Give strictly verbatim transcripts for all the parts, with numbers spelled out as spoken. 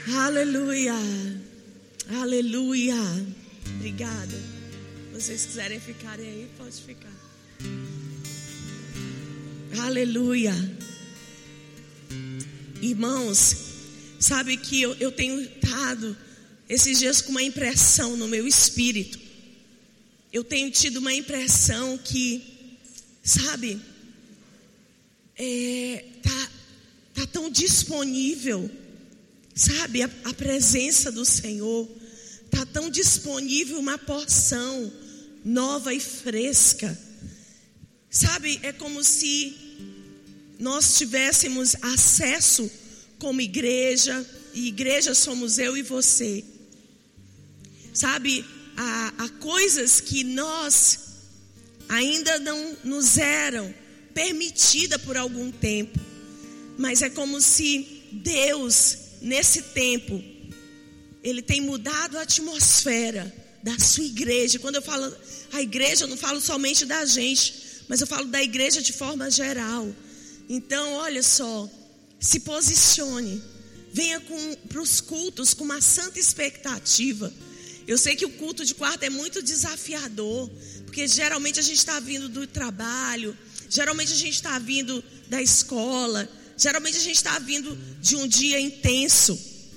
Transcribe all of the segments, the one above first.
Aleluia, aleluia. Obrigada. Se vocês quiserem ficarem aí, pode ficar. Aleluia. Irmãos, sabe que eu, eu tenho estado esses dias com uma impressão no meu espírito. Eu tenho tido uma impressão que, sabe, é, tá, tá tão disponível, sabe, a, a presença do Senhor. Tá tão disponível uma porção nova e fresca. Sabe, é como se nós tivéssemos acesso como igreja, e igreja somos eu e você. Sabe, há, há coisas que nós ainda não nos eram permitidas por algum tempo, mas é como se Deus, nesse tempo, Ele tem mudado a atmosfera da sua igreja. Quando eu falo a igreja, eu não falo somente da gente, mas eu falo da igreja de forma geral. Então, olha só, se posicione, venha para os cultos com uma santa expectativa. Eu sei que o culto de quarta é muito desafiador, porque geralmente a gente está vindo do trabalho, geralmente a gente está vindo da escola, geralmente a gente está vindo de um dia intenso.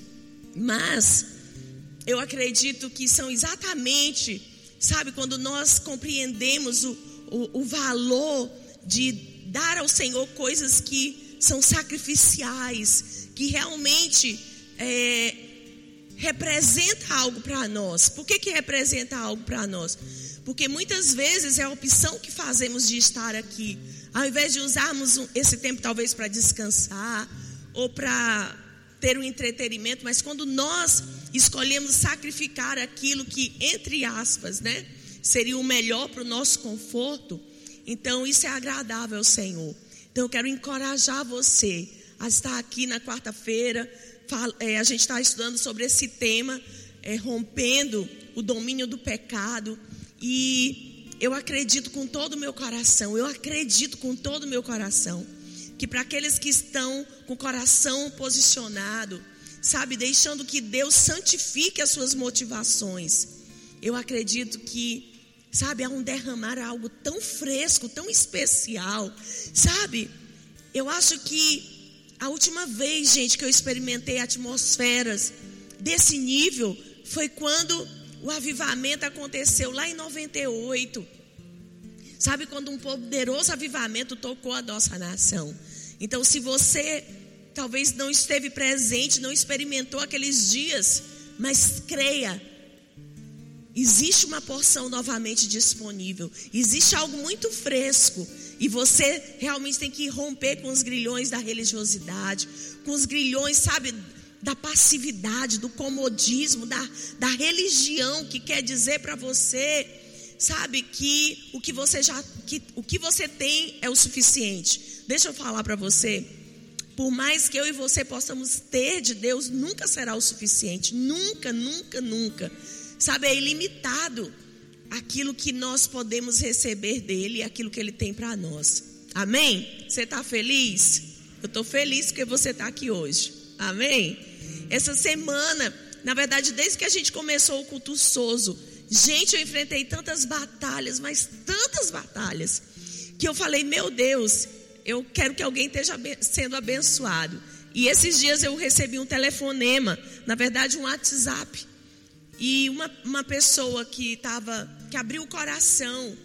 Mas eu acredito que são exatamente, sabe, quando nós compreendemos o, o, o valor de dar ao Senhor coisas que são sacrificiais, que realmente é, representa algo para nós. Por que que representa algo para nós? Porque muitas vezes é a opção que fazemos de estar aqui, ao invés de usarmos esse tempo talvez para descansar ou para ter um entretenimento, mas quando nós escolhemos sacrificar aquilo que, entre aspas, né, seria o melhor para o nosso conforto, então isso é agradável ao Senhor. Então eu quero encorajar você a estar aqui na quarta-feira. É, a gente está estudando sobre esse tema, é, rompendo o domínio do pecado. E eu acredito com todo o meu coração, eu acredito com todo o meu coração, que para aqueles que estão com o coração posicionado, sabe, deixando que Deus santifique as suas motivações, eu acredito que, sabe, há um derramar algo tão fresco, tão especial, sabe. Eu acho que a última vez, gente, que eu experimentei atmosferas desse nível foi quando o avivamento aconteceu lá em noventa e oito. Sabe, quando um poderoso avivamento tocou a nossa nação. Então, se você talvez não esteve presente, não experimentou aqueles dias, mas creia, existe uma porção novamente disponível. Existe algo muito fresco. E você realmente tem que romper com os grilhões da religiosidade, com os grilhões, sabe, da passividade, do comodismo, da, da religião, que quer dizer para você, sabe, que o que você já, que o que você tem é o suficiente. Deixa eu falar para você, por mais que eu e você possamos ter de Deus, nunca será o suficiente, nunca, nunca, nunca. Sabe, é ilimitado aquilo que nós podemos receber dele, aquilo que ele tem para nós. Amém? Você está feliz? Eu estou feliz porque você está aqui hoje. Amém? Essa semana, na verdade, desde que a gente começou o culto Sozo, gente, eu enfrentei tantas batalhas, mas tantas batalhas, que eu falei, meu Deus, eu quero que alguém esteja sendo abençoado. E esses dias eu recebi um telefonema, na verdade um WhatsApp, e uma, uma pessoa que estava, que abriu o coração,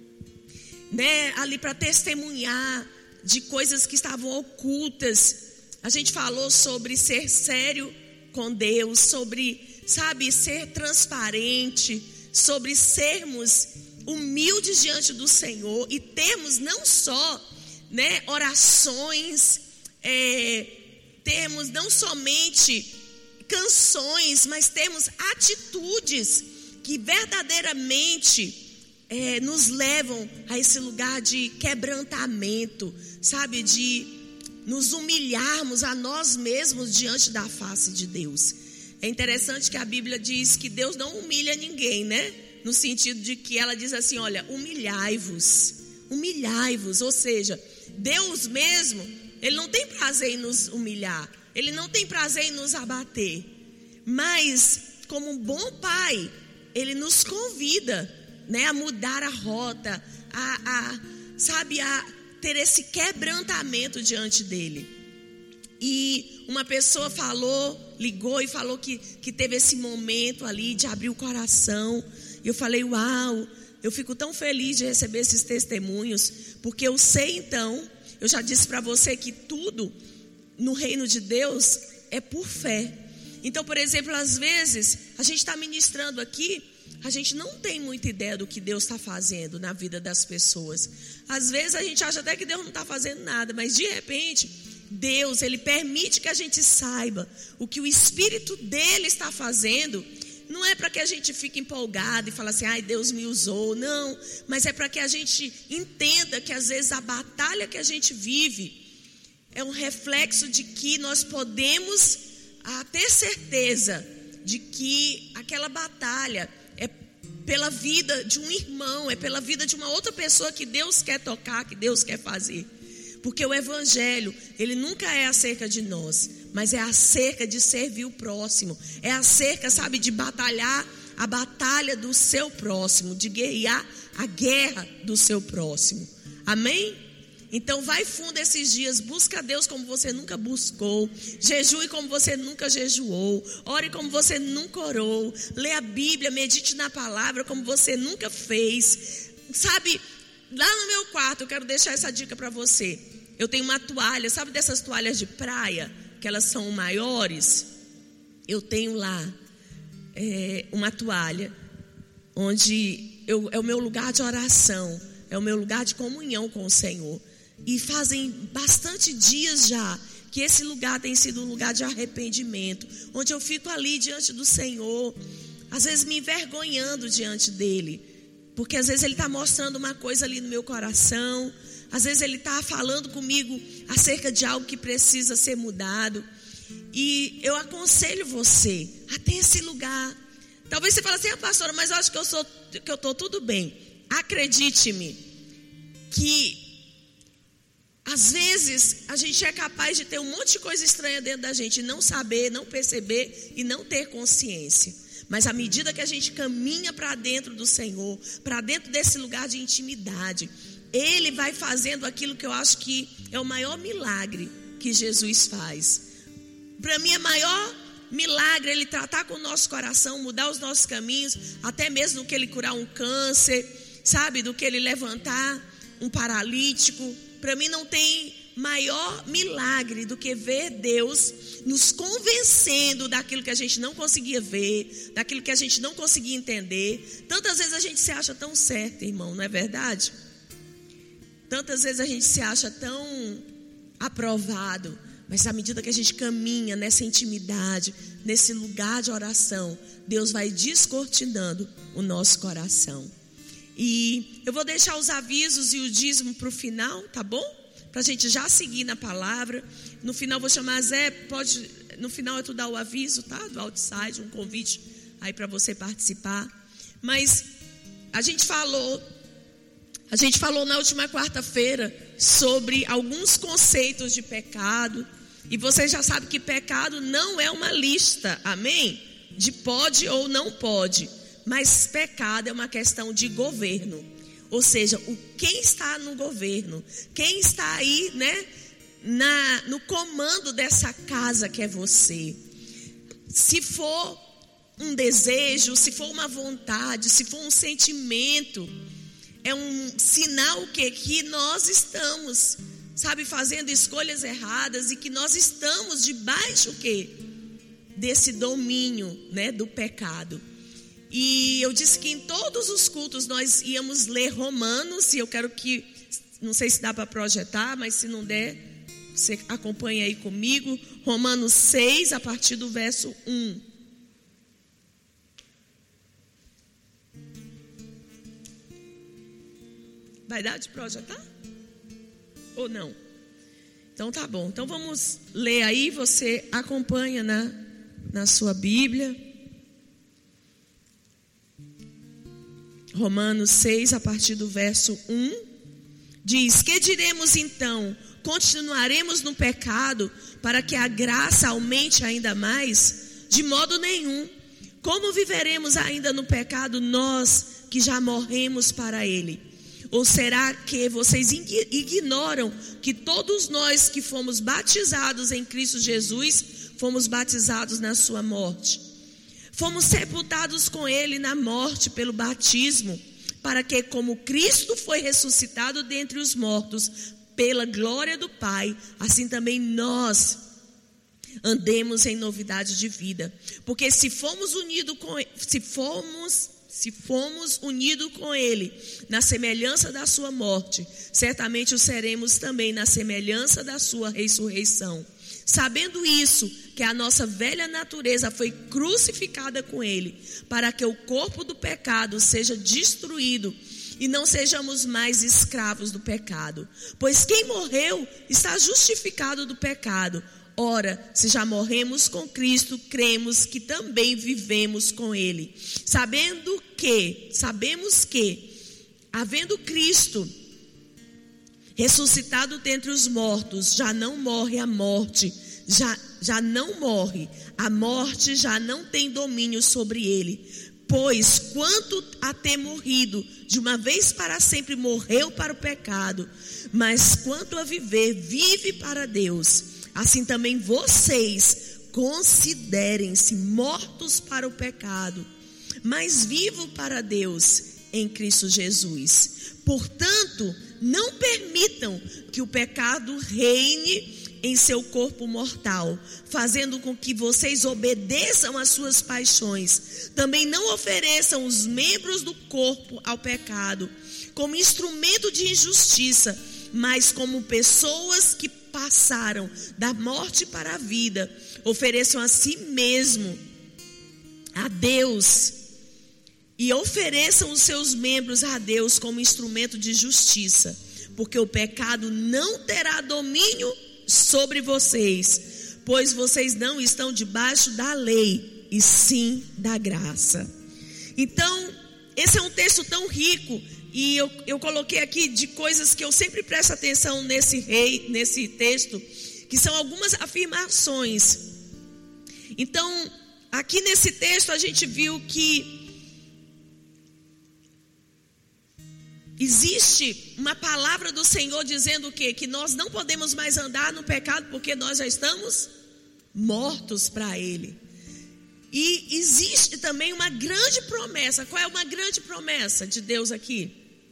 né, ali para testemunhar de coisas que estavam ocultas. A gente falou sobre ser sério com Deus, sobre, sabe, ser transparente, sobre sermos humildes diante do Senhor e termos não só, né, orações, é, termos não somente canções, mas temos atitudes que verdadeiramente é, nos levam a esse lugar de quebrantamento, sabe, de nos humilharmos a nós mesmos diante da face de Deus. É interessante que a Bíblia diz que Deus não humilha ninguém, né? No sentido de que ela diz assim, olha, humilhai-vos, humilhai-vos, ou seja, Deus mesmo, Ele não tem prazer em nos humilhar, Ele não tem prazer em nos abater. Mas, como um bom pai, Ele nos convida, né, a mudar a rota, a, a, sabe, a ter esse quebrantamento diante dEle. E uma pessoa falou, ligou e falou que, que teve esse momento ali de abrir o coração. E eu falei, uau, eu fico tão feliz de receber esses testemunhos, porque eu sei então, eu já disse para você que tudo no reino de Deus é por fé. Então, por exemplo, às vezes a gente está ministrando aqui, a gente não tem muita ideia do que Deus está fazendo na vida das pessoas. Às vezes a gente acha até que Deus não está fazendo nada, mas de repente Deus, Ele permite que a gente saiba o que o Espírito dEle está fazendo. Não é para que a gente fique empolgado e fale assim, ai, Deus me usou, não. Mas é para que a gente entenda que às vezes a batalha que a gente vive é um reflexo de que nós podemos ah, ter certeza de que aquela batalha é pela vida de um irmão, é pela vida de uma outra pessoa que Deus quer tocar, que Deus quer fazer. Porque o Evangelho, ele nunca é acerca de nós, mas é acerca de servir o próximo. É acerca, sabe, de batalhar a batalha do seu próximo, de guerrear a guerra do seu próximo. Amém? Então vai fundo esses dias, busca a Deus como você nunca buscou, jejue como você nunca jejuou, ore como você nunca orou, lê a Bíblia, medite na palavra como você nunca fez. Sabe, lá no meu quarto, eu quero deixar essa dica para você. Eu tenho uma toalha, sabe dessas toalhas de praia, que elas são maiores? Eu tenho lá é, uma toalha, onde eu, é o meu lugar de oração, é o meu lugar de comunhão com o Senhor. E fazem bastante dias já que esse lugar tem sido um lugar de arrependimento, onde eu fico ali diante do Senhor, às vezes me envergonhando diante dEle, porque às vezes Ele está mostrando uma coisa ali no meu coração, às vezes Ele está falando comigo acerca de algo que precisa ser mudado. E eu aconselho você a ter esse lugar. Talvez você fale assim, ah, pastora, mas eu acho que eu sou, que eu estou tudo bem. Acredite-me que às vezes a gente é capaz de ter um monte de coisa estranha dentro da gente e não saber, não perceber e não ter consciência. Mas à medida que a gente caminha para dentro do Senhor, para dentro desse lugar de intimidade, Ele vai fazendo aquilo que eu acho que é o maior milagre que Jesus faz. Para mim é maior milagre Ele tratar com o nosso coração, mudar os nossos caminhos, até mesmo do que Ele curar um câncer, sabe, do que Ele levantar um paralítico. Para mim não tem maior milagre do que ver Deus nos convencendo daquilo que a gente não conseguia ver, daquilo que a gente não conseguia entender. Tantas vezes a gente se acha tão certo, irmão, não é verdade? Tantas vezes a gente se acha tão aprovado, mas à medida que a gente caminha nessa intimidade, nesse lugar de oração, Deus vai descortinando o nosso coração. E eu vou deixar os avisos e o dízimo para o final, tá bom? Para a gente já seguir na palavra. No final vou chamar Zé, pode, no final é tu dar o aviso, tá? Do Outside, um convite aí para você participar. Mas a gente falou, a gente falou na última quarta-feira sobre alguns conceitos de pecado. E você já sabe que pecado não é uma lista, amém? De pode ou não pode. Mas pecado é uma questão de governo. Ou seja, o, quem está no governo, quem está aí, né, na, no comando dessa casa que é você. Se for um desejo, se for uma vontade, se for um sentimento, é um sinal que, que nós estamos, sabe, fazendo escolhas erradas e que nós estamos debaixo o quê? Desse domínio, né, do pecado. E eu disse que em todos os cultos nós íamos ler Romanos, e eu quero que, não sei se dá para projetar, mas se não der, você acompanha aí comigo. Romanos seis, a partir do verso um. Vai dar de projetar? Ou não? Então tá bom. Então vamos ler aí, você acompanha na, na sua Bíblia. Romanos seis, a partir do verso um, diz: que diremos então? Continuaremos no pecado para que a graça aumente ainda mais? De modo nenhum. Como viveremos ainda no pecado nós que já morremos para ele? Ou será que vocês ignoram que todos nós que fomos batizados em Cristo Jesus, fomos batizados na sua morte? Fomos sepultados com ele na morte pelo batismo, para que, como Cristo foi ressuscitado dentre os mortos, pela glória do Pai, assim também nós andemos em novidade de vida. Porque se fomos unidos com se fomos se fomos unidos com ele na semelhança da sua morte, certamente o seremos também na semelhança da sua ressurreição. Sabendo isso, que a nossa velha natureza foi crucificada com ele, para que o corpo do pecado seja destruído e não sejamos mais escravos do pecado. Pois quem morreu está justificado do pecado. Ora, se já morremos com Cristo, cremos que também vivemos com ele. Sabendo que, sabemos que, havendo Cristo ressuscitado dentre os mortos, já não morre a morte, já, já não morre, a morte já não tem domínio sobre ele. Pois quanto a ter morrido, de uma vez para sempre morreu para o pecado, mas quanto a viver, vive para Deus. Assim também vocês considerem-se mortos para o pecado, mas vivos para Deus em Cristo Jesus. Portanto, não permitam que o pecado reine em seu corpo mortal, fazendo com que vocês obedeçam às suas paixões. Também não ofereçam os membros do corpo ao pecado como instrumento de injustiça, mas como pessoas que passaram da morte para a vida. Ofereçam a si mesmo a Deus e ofereçam os seus membros a Deus como instrumento de justiça, porque o pecado não terá domínio sobre vocês, pois vocês não estão debaixo da lei, e sim da graça. Então, esse é um texto tão rico, e eu, eu coloquei aqui de coisas que eu sempre presto atenção nesse rei, nesse texto, que são algumas afirmações. Então, aqui nesse texto a gente viu que existe uma palavra do Senhor dizendo o quê? Que nós não podemos mais andar no pecado porque nós já estamos mortos para Ele. E existe também uma grande promessa. Qual é uma grande promessa de Deus aqui?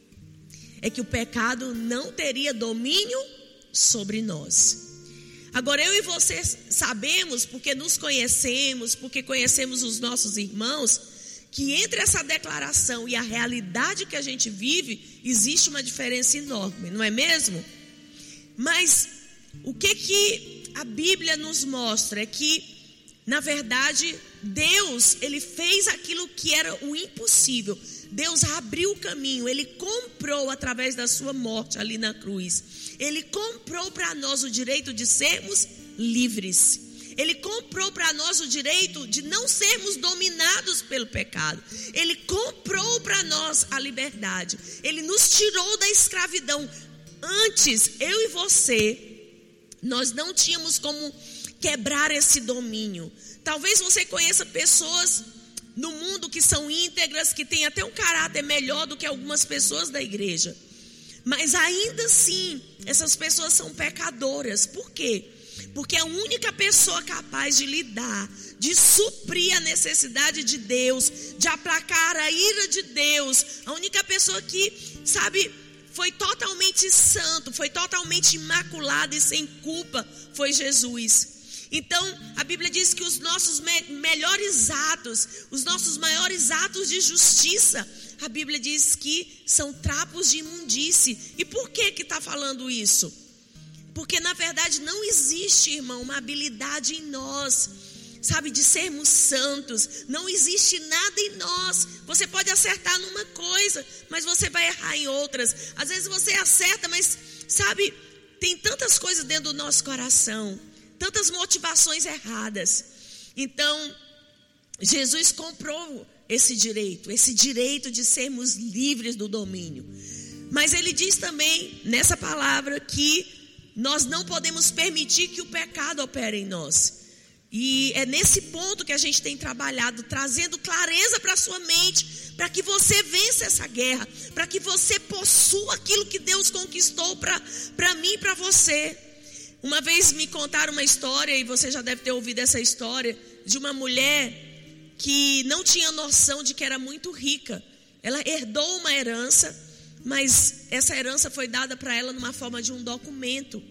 É que o pecado não teria domínio sobre nós. Agora eu e você sabemos, porque nos conhecemos, porque conhecemos os nossos irmãos, que entre essa declaração e a realidade que a gente vive, existe uma diferença enorme, não é mesmo? Mas o que que a Bíblia nos mostra é que, na verdade, Deus, Ele fez aquilo que era o impossível. Deus abriu o caminho, Ele comprou através da sua morte ali na cruz. Ele comprou para nós o direito de sermos livres. Ele comprou para nós o direito de não sermos dominados pelo pecado. Ele comprou para nós a liberdade. Ele nos tirou da escravidão. Antes, eu e você, nós não tínhamos como quebrar esse domínio. Talvez você conheça pessoas no mundo que são íntegras, que têm até um caráter melhor do que algumas pessoas da igreja. Mas ainda assim, essas pessoas são pecadoras. Por quê? Porque a única pessoa capaz de lidar, de suprir a necessidade de Deus, de aplacar a ira de Deus, a única pessoa que, sabe, foi totalmente santo, foi totalmente imaculado e sem culpa, foi Jesus. Então, a Bíblia diz que os nossos me- melhores atos, os nossos maiores atos de justiça, a Bíblia diz que são trapos de imundície. E por que que está falando isso? Porque na verdade não existe, irmão, uma habilidade em nós, sabe, de sermos santos. Não existe nada em nós. Você pode acertar numa coisa, mas você vai errar em outras. Às vezes você acerta, mas sabe, tem tantas coisas dentro do nosso coração, tantas motivações erradas. Então, Jesus comprou esse direito, esse direito de sermos livres do domínio. Mas Ele diz também nessa palavra que nós não podemos permitir que o pecado opere em nós. E é nesse ponto que a gente tem trabalhado, trazendo clareza para a sua mente, para que você vença essa guerra, para que você possua aquilo que Deus conquistou para mim e para você. Uma vez me contaram uma história, e você já deve ter ouvido essa história, de uma mulher que não tinha noção de que era muito rica. Ela herdou uma herança, mas essa herança foi dada para ela numa forma de um documento.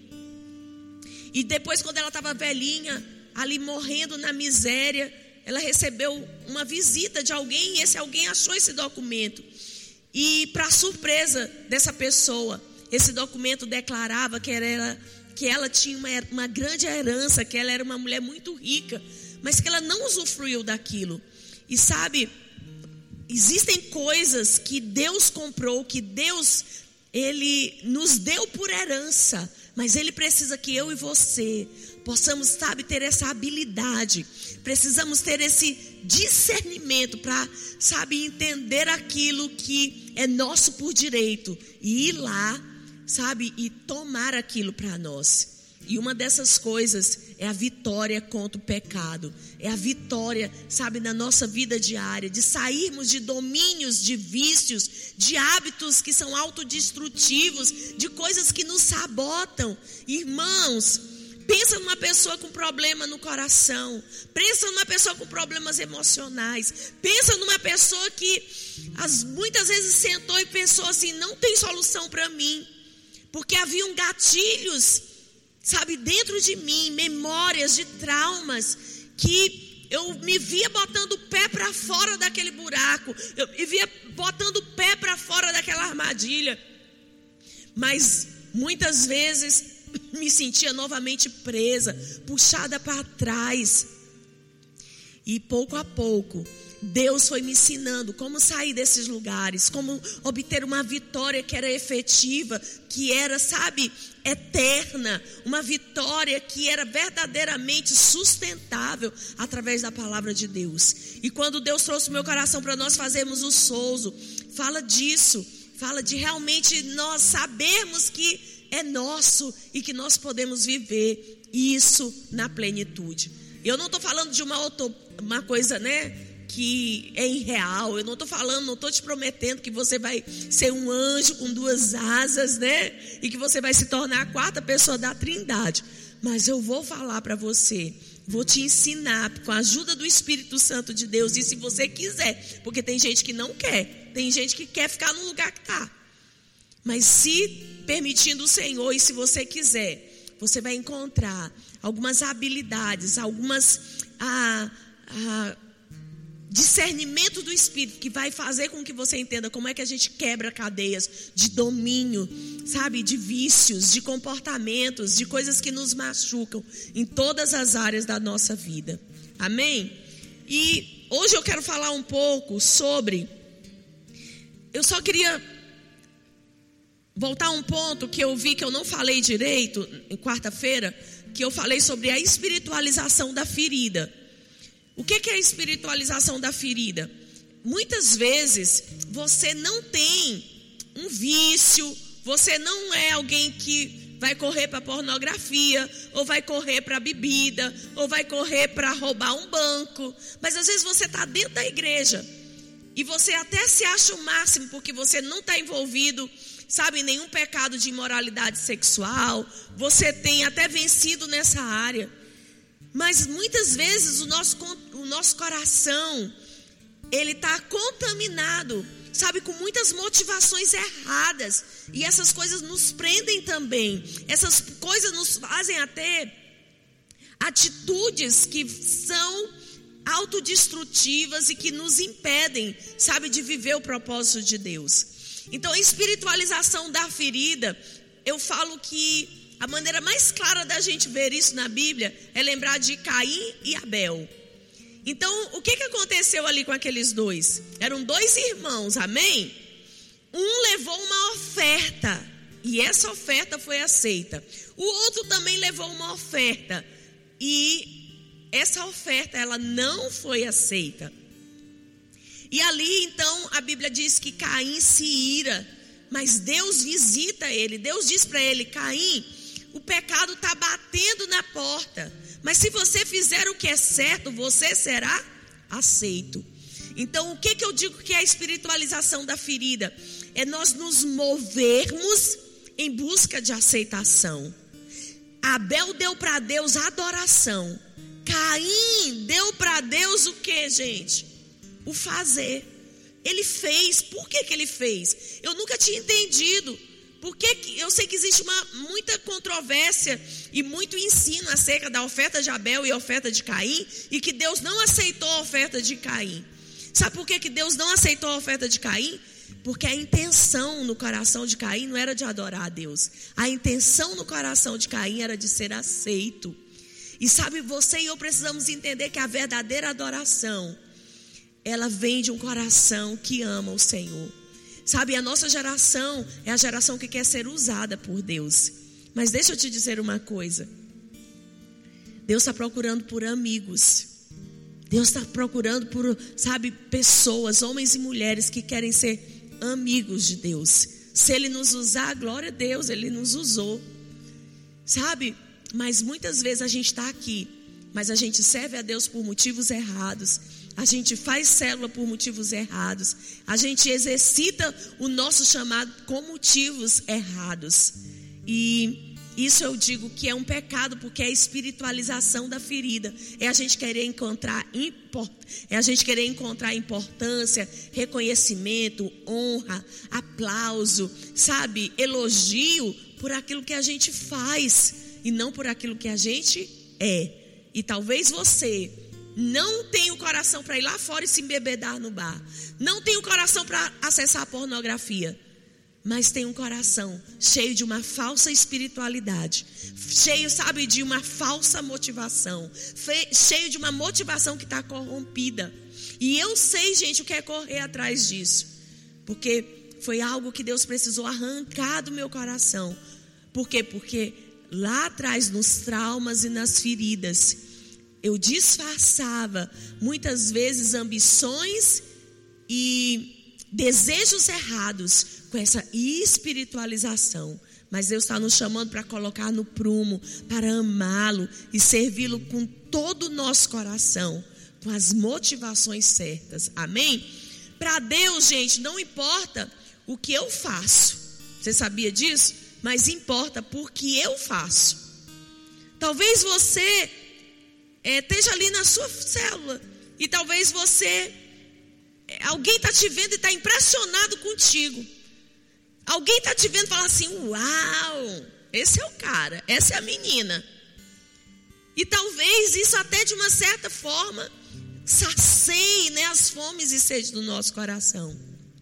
E depois, quando ela estava velhinha, ali morrendo na miséria, ela recebeu uma visita de alguém, e esse alguém achou esse documento. E para surpresa dessa pessoa, esse documento declarava que ela, que ela tinha uma, uma grande herança, que ela era uma mulher muito rica, mas que ela não usufruiu daquilo. E sabe, existem coisas que Deus comprou, que Deus, Ele nos deu por herança, mas Ele precisa que eu e você possamos, sabe, ter essa habilidade. Precisamos ter esse discernimento para, sabe, entender aquilo que é nosso por direito e ir lá, sabe, e tomar aquilo para nós. E uma dessas coisas é a vitória contra o pecado. É a vitória, sabe, na nossa vida diária, de sairmos de domínios, de vícios, de hábitos que são autodestrutivos, de coisas que nos sabotam. Irmãos, pensa numa pessoa com problema no coração. Pensa numa pessoa com problemas emocionais. Pensa numa pessoa que as, muitas vezes sentou e pensou assim: não tem solução para mim. Porque haviam gatilhos, sabe, dentro de mim, memórias de traumas, que eu me via botando o pé para fora daquele buraco. Eu me via botando o pé para fora daquela armadilha. Mas muitas vezes me sentia novamente presa, puxada para trás. E pouco a pouco, Deus foi me ensinando como sair desses lugares, como obter uma vitória que era efetiva, que era, sabe, eterna. Uma vitória que era verdadeiramente sustentável através da palavra de Deus. E quando Deus trouxe o meu coração para nós fazermos o Souzo, fala disso, fala de realmente nós sabermos que é nosso e que nós podemos viver isso na plenitude. Eu não estou falando de uma, auto, uma coisa, né, que é irreal. Eu não estou falando, não estou te prometendo que você vai ser um anjo com duas asas, né, e que você vai se tornar a quarta pessoa da Trindade. Mas eu vou falar para você, vou te ensinar com a ajuda do Espírito Santo de Deus. E se você quiser, porque tem gente que não quer, tem gente que quer ficar no lugar que está. Mas se permitindo o Senhor, e se você quiser, você vai encontrar algumas habilidades, algumas ah, ah, discernimento do Espírito, que vai fazer com que você entenda como é que a gente quebra cadeias de domínio, sabe, de vícios, de comportamentos, de coisas que nos machucam em todas as áreas da nossa vida. Amém? E hoje eu quero falar um pouco sobre, eu só queria voltar a um ponto que eu vi que eu não falei direito em quarta-feira, que eu falei sobre a espiritualização da ferida. O que é a espiritualização da ferida? Muitas vezes você não tem um vício, você não é alguém que vai correr para pornografia, ou vai correr para bebida, ou vai correr para roubar um banco, mas às vezes você está dentro da igreja e você até se acha o máximo porque você não está envolvido, sabe, nenhum pecado de imoralidade sexual, você tem até vencido nessa área. Mas muitas vezes o nosso, o nosso coração, ele está contaminado, sabe, com muitas motivações erradas. E essas coisas nos prendem também. Essas coisas nos fazem até atitudes que são autodestrutivas e que nos impedem, sabe, de viver o propósito de Deus. Então, a espiritualização da ferida, eu falo que a maneira mais clara da gente ver isso na Bíblia é lembrar de Caim e Abel. Então, o que, que aconteceu ali com aqueles dois? Eram dois irmãos, amém? Um levou uma oferta e essa oferta foi aceita. O outro também levou uma oferta e essa oferta, ela não foi aceita. E ali, então, a Bíblia diz que Caim se ira, mas Deus visita ele. Deus diz para ele: Caim, o pecado está batendo na porta, Mas se você fizer o que é certo, você será aceito. Então, o que, que eu digo que é a espiritualização da ferida? É nós nos movermos em busca de aceitação. Abel deu para Deus adoração. Caim deu para Deus o que, gente? O fazer. Ele fez. Por que, que ele fez? Eu nunca tinha entendido. Porque eu sei que existe uma, muita controvérsia e muito ensino acerca da oferta de Abel e a oferta de Caim, e que Deus não aceitou a oferta de Caim. Sabe por que, que Deus não aceitou a oferta de Caim? Porque a intenção no coração de Caim não era de adorar a Deus. A intenção no coração de Caim era de ser aceito. E sabe, você e eu precisamos entender que a verdadeira adoração, ela vem de um coração que ama o Senhor. Sabe, a nossa geração é a geração que quer ser usada por Deus. Mas deixa eu te dizer uma coisa. Deus está procurando por amigos. Deus está procurando por, sabe, pessoas, homens e mulheres que querem ser amigos de Deus. Se Ele nos usar, glória a Deus, Ele nos usou. Sabe, mas muitas vezes a gente está aqui, mas a gente serve a Deus por motivos errados. A gente faz célula por motivos errados. A gente exercita o nosso chamado com motivos errados. E isso eu digo que é um pecado, porque é a espiritualização da ferida. É a gente querer encontrar import... é a gente querer encontrar importância, reconhecimento, honra, aplauso, sabe, elogio por aquilo que a gente faz e não por aquilo que a gente é. E talvez você não tem o coração para ir lá fora e se embebedar no bar. Não tem o coração para acessar a pornografia. Mas tem um coração cheio de uma falsa espiritualidade. Cheio, sabe, de uma falsa motivação. Cheio de uma motivação que está corrompida. E eu sei, gente, o que é correr atrás disso. Porque foi algo que Deus precisou arrancar do meu coração. Por quê? Porque lá atrás, nos traumas e nas feridas, eu disfarçava muitas vezes ambições e desejos errados com essa espiritualização. Mas Deus está nos chamando para colocar no prumo, para amá-lo e servi-lo com todo o nosso coração, com as motivações certas. Amém? Para Deus, gente, não importa o que eu faço. Você sabia disso? Mas importa porque eu faço. Talvez você É, esteja ali na sua célula e talvez você, alguém está te vendo e está impressionado contigo. Alguém está te vendo e fala assim: uau, esse é o cara, essa é a menina. E talvez isso até de uma certa forma sacie, né, as fomes e sedes do nosso coração.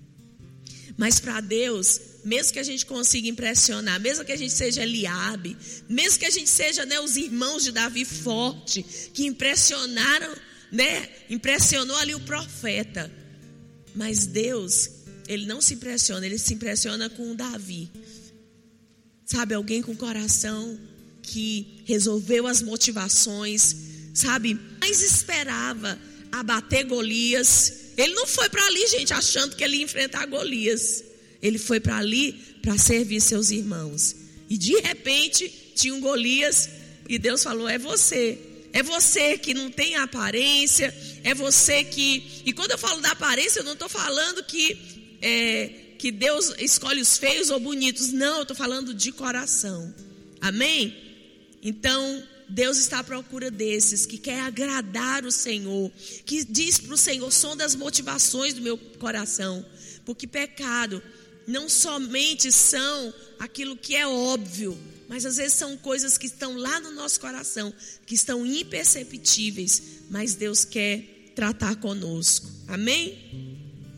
Mas para Deus, mesmo que a gente consiga impressionar, mesmo que a gente seja Eliabe, mesmo que a gente seja, né, os irmãos de Davi forte, que impressionaram, né, impressionou ali o profeta. Mas Deus, Ele não se impressiona, Ele se impressiona com o Davi. Sabe, alguém com coração que resolveu as motivações, sabe, mais esperava abater Golias. Ele não foi para ali, gente, achando que ele ia enfrentar Golias. Ele foi para ali para servir seus irmãos. E de repente tinha um Golias e Deus falou: é você. É você que não tem aparência. É você que... E quando eu falo da aparência, eu não estou falando que, é, que Deus escolhe os feios ou bonitos. Não, eu estou falando de coração. Amém? Então, Deus está à procura desses que quer agradar o Senhor, que diz para o Senhor: sonda as motivações do meu coração. Porque pecado não somente são aquilo que é óbvio, mas às vezes são coisas que estão lá no nosso coração, que estão imperceptíveis, mas Deus quer tratar conosco. Amém?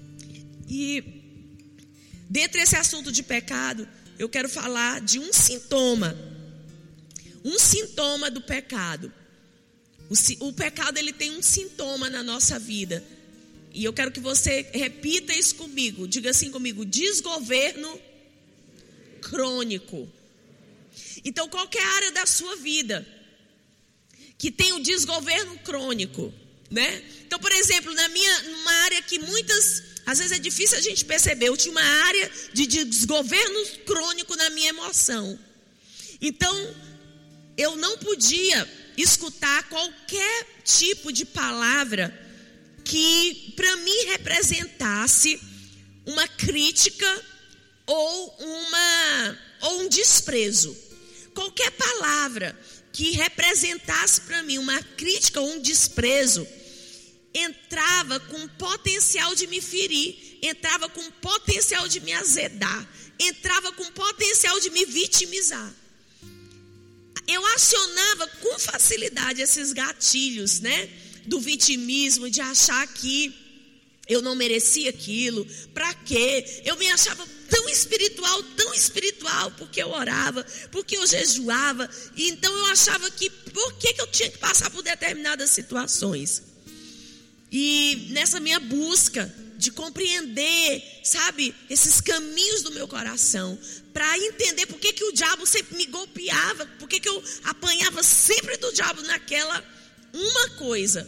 E dentro desse assunto de pecado, eu quero falar de um sintoma. Um sintoma do pecado. O, o pecado, ele tem um sintoma na nossa vida. E eu quero que você repita isso comigo. Diga assim comigo: desgoverno crônico. Então, qualquer área da sua vida que tem o desgoverno crônico, né? Então, por exemplo, na minha, numa área que muitas, às vezes é difícil a gente perceber. Eu tinha uma área de desgoverno crônico na minha emoção. Então, eu não podia escutar qualquer tipo de palavra que para mim representasse uma crítica ou, uma, ou um desprezo. Qualquer palavra que representasse para mim uma crítica ou um desprezo entrava com potencial de me ferir, entrava com potencial de me azedar, entrava com potencial de me vitimizar. Eu acionava com facilidade esses gatilhos, né, do vitimismo, de achar que eu não merecia aquilo. Para quê? Eu me achava tão espiritual, tão espiritual, porque eu orava, porque eu jejuava. E então eu achava que por que, que eu tinha que passar por determinadas situações. E nessa minha busca de compreender, sabe, esses caminhos do meu coração, para entender por que, que o diabo sempre me golpeava, por que, que eu apanhava sempre do diabo naquela uma coisa.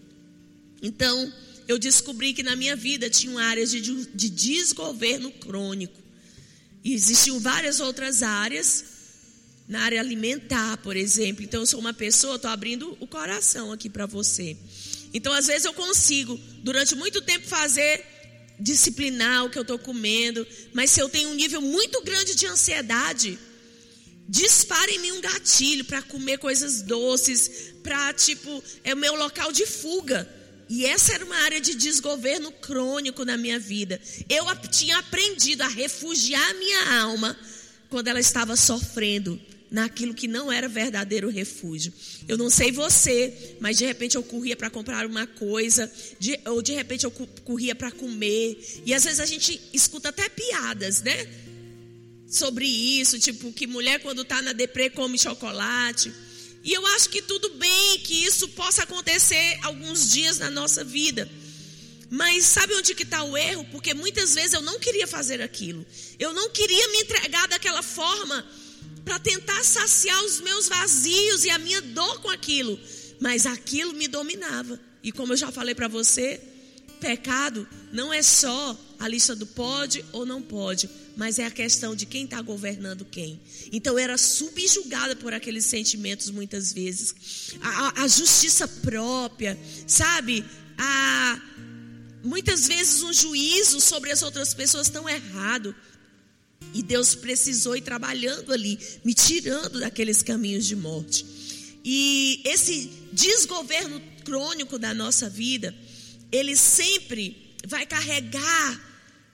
Então, eu descobri que na minha vida tinha áreas de, de desgoverno crônico. E existiam várias outras áreas, na área alimentar, por exemplo. Então, eu sou uma pessoa, estou abrindo o coração aqui para você. Então, às vezes eu consigo, durante muito tempo, fazer, disciplinar o que eu estou comendo. Mas se eu tenho um nível muito grande de ansiedade, dispara em mim um gatilho para comer coisas doces, para, tipo, é o meu local de fuga. E essa era uma área de desgoverno crônico na minha vida. Eu tinha aprendido a refugiar a minha alma quando ela estava sofrendo naquilo que não era verdadeiro refúgio. Eu não sei você, mas de repente eu corria para comprar uma coisa, de, ou de repente eu corria para comer. E às vezes a gente escuta até piadas, né? Sobre isso, tipo que mulher quando está na deprê come chocolate. E eu acho que tudo bem que isso possa acontecer alguns dias na nossa vida. Mas sabe onde que está o erro? Porque muitas vezes eu não queria fazer aquilo. Eu não queria me entregar daquela forma para tentar saciar os meus vazios e a minha dor com aquilo. Mas aquilo me dominava. E como eu já falei para você, pecado não é só a lista do pode ou não pode, mas é a questão de quem está governando quem. Então eu era subjugada por aqueles sentimentos muitas vezes. A, a justiça própria, sabe? A, muitas vezes um juízo sobre as outras pessoas tão errado. E Deus precisou ir trabalhando ali, me tirando daqueles caminhos de morte. E esse desgoverno crônico da nossa vida, ele sempre vai carregar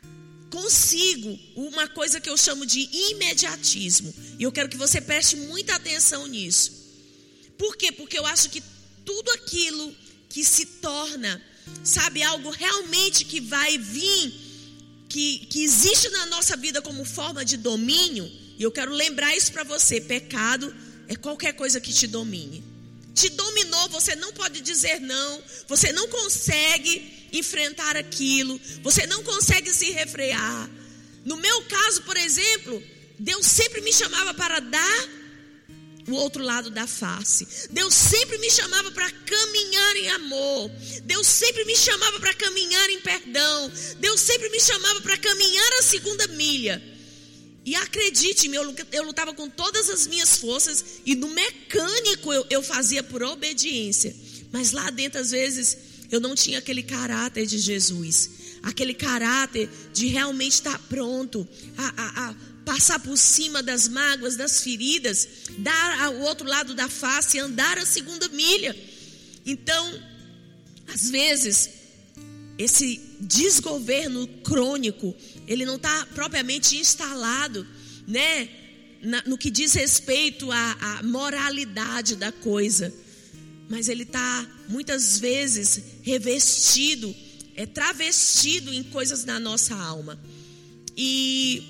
consigo uma coisa que eu chamo de imediatismo. E eu quero que você preste muita atenção nisso. Por quê? Porque eu acho que tudo aquilo que se torna, sabe, algo realmente que vai vir, que, que existe na nossa vida como forma de domínio. E eu quero lembrar isso para você. Pecado é qualquer coisa que te domine. Te dominou, você não pode dizer não. Você não consegue enfrentar aquilo, você não consegue se refrear. No meu caso, por exemplo, Deus sempre me chamava para dar o outro lado da face. Deus sempre me chamava para caminhar em amor. Deus sempre me chamava para caminhar em perdão. Deus sempre me chamava para caminhar a segunda milha. E acredite-me, eu, eu lutava com todas as minhas forças. E no mecânico eu, eu fazia por obediência. Mas lá dentro, às vezes, eu não tinha aquele caráter de Jesus. Aquele caráter de realmente estar pronto a, a, a passar por cima das mágoas, das feridas, dar ao outro lado da face, andar a segunda milha. Então, às vezes, esse desgoverno crônico, ele não está propriamente instalado, né, na, no que diz respeito à, à moralidade da coisa. Mas ele está muitas vezes revestido, é travestido em coisas na nossa alma. E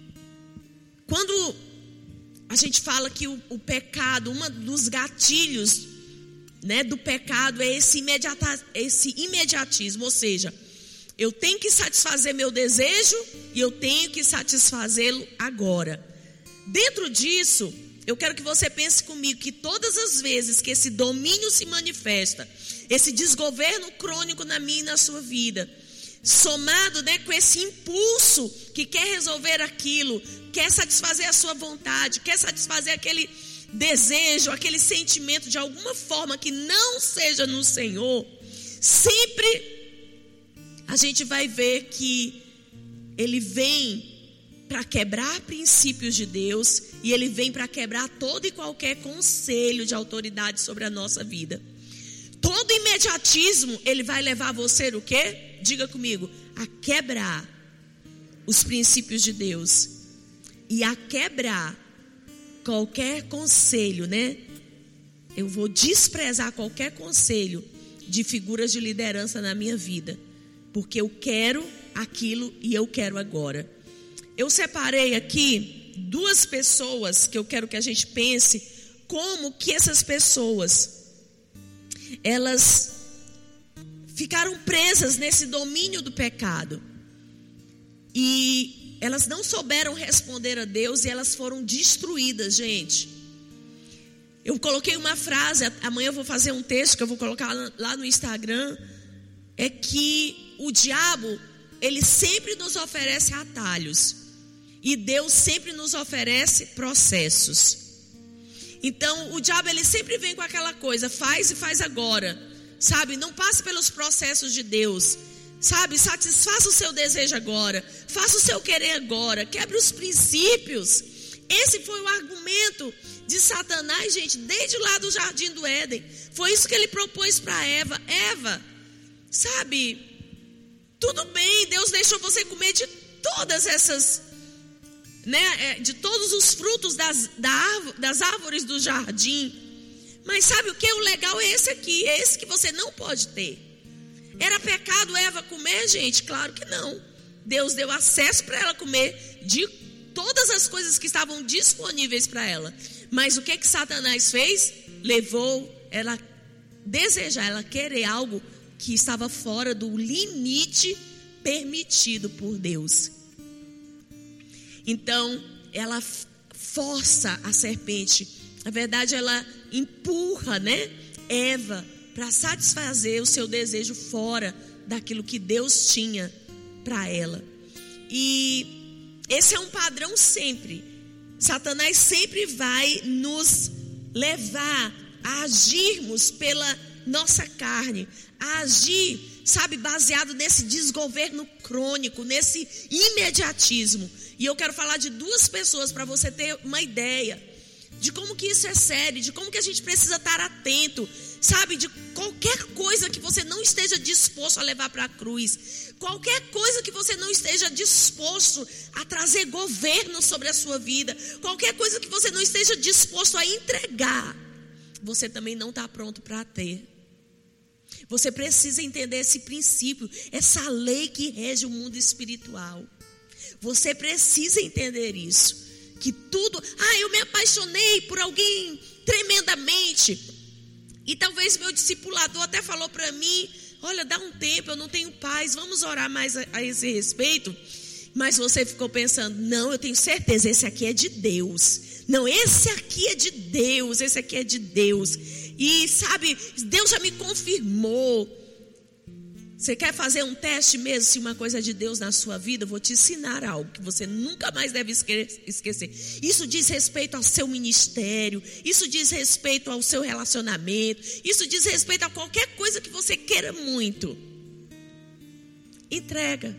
quando a gente fala que o, o pecado, um dos gatilhos, né, do pecado é esse, imediata, esse imediatismo. Ou seja, eu tenho que satisfazer meu desejo e eu tenho que satisfazê-lo agora. Dentro disso, eu quero que você pense comigo que todas as vezes que esse domínio se manifesta, esse desgoverno crônico na minha e na sua vida, somado, né, com esse impulso que quer resolver aquilo, quer satisfazer a sua vontade, quer satisfazer aquele desejo, aquele sentimento de alguma forma que não seja no Senhor, sempre a gente vai ver que ele vem para quebrar princípios de Deus e ele vem para quebrar todo e qualquer conselho de autoridade sobre a nossa vida. Todo imediatismo, ele vai levar você o quê? Diga comigo, a quebrar os princípios de Deus e a quebrar qualquer conselho, né? Eu vou desprezar qualquer conselho de figuras de liderança na minha vida, porque eu quero aquilo e eu quero agora. Eu separei aqui duas pessoas que eu quero que a gente pense como que essas pessoas, elas ficaram presas nesse domínio do pecado. E elas não souberam responder a Deus e elas foram destruídas, gente. Eu coloquei uma frase, amanhã eu vou fazer um texto que eu vou colocar lá no Instagram. É que o diabo, ele sempre nos oferece atalhos. E Deus sempre nos oferece processos. Então, o diabo, ele sempre vem com aquela coisa, faz e faz agora. Sabe, não passe pelos processos de Deus. Sabe, satisfaça o seu desejo agora. Faça o seu querer agora. Quebre os princípios. Esse foi o argumento de Satanás, gente, desde lá do Jardim do Éden. Foi isso que ele propôs para Eva. Eva, sabe, tudo bem, Deus deixou você comer de todas essas, né, de todos os frutos das, das árvores do jardim. Mas sabe o que? O legal é esse aqui, é esse que você não pode ter. Era pecado Eva comer, gente? Claro que não. Deus deu acesso para ela comer de todas as coisas que estavam disponíveis para ela. Mas o que que Satanás fez? Levou ela a desejar, ela querer algo que estava fora do limite permitido por Deus. Então, ela força a serpente. Na verdade, ela empurra, né, Eva para satisfazer o seu desejo fora daquilo que Deus tinha para ela. E esse é um padrão sempre. Satanás sempre vai nos levar a agirmos pela nossa carne, a agir, sabe, baseado nesse desgoverno crônico, nesse imediatismo. E eu quero falar de duas pessoas para você ter uma ideia de como que isso é sério, de como que a gente precisa estar atento, sabe, de qualquer coisa que você não esteja disposto a levar para a cruz, qualquer coisa que você não esteja disposto a trazer governo sobre a sua vida, qualquer coisa que você não esteja disposto a entregar, você também não está pronto para ter. Você precisa entender esse princípio, essa lei que rege o mundo espiritual. Você precisa entender isso. Que tudo, ah, eu me apaixonei por alguém tremendamente. E talvez meu discipulador até falou para mim, olha, dá um tempo, eu não tenho paz, vamos orar mais a, a esse respeito. Mas você ficou pensando, não, eu tenho certeza, esse aqui é de Deus. Não, esse aqui é de Deus, esse aqui é de Deus. E sabe, Deus já me confirmou. Você quer fazer um teste mesmo se uma coisa é de Deus na sua vida? Eu vou te ensinar algo que você nunca mais deve esquecer. Isso diz respeito ao seu ministério. Isso diz respeito ao seu relacionamento. Isso diz respeito a qualquer coisa que você queira muito. Entrega.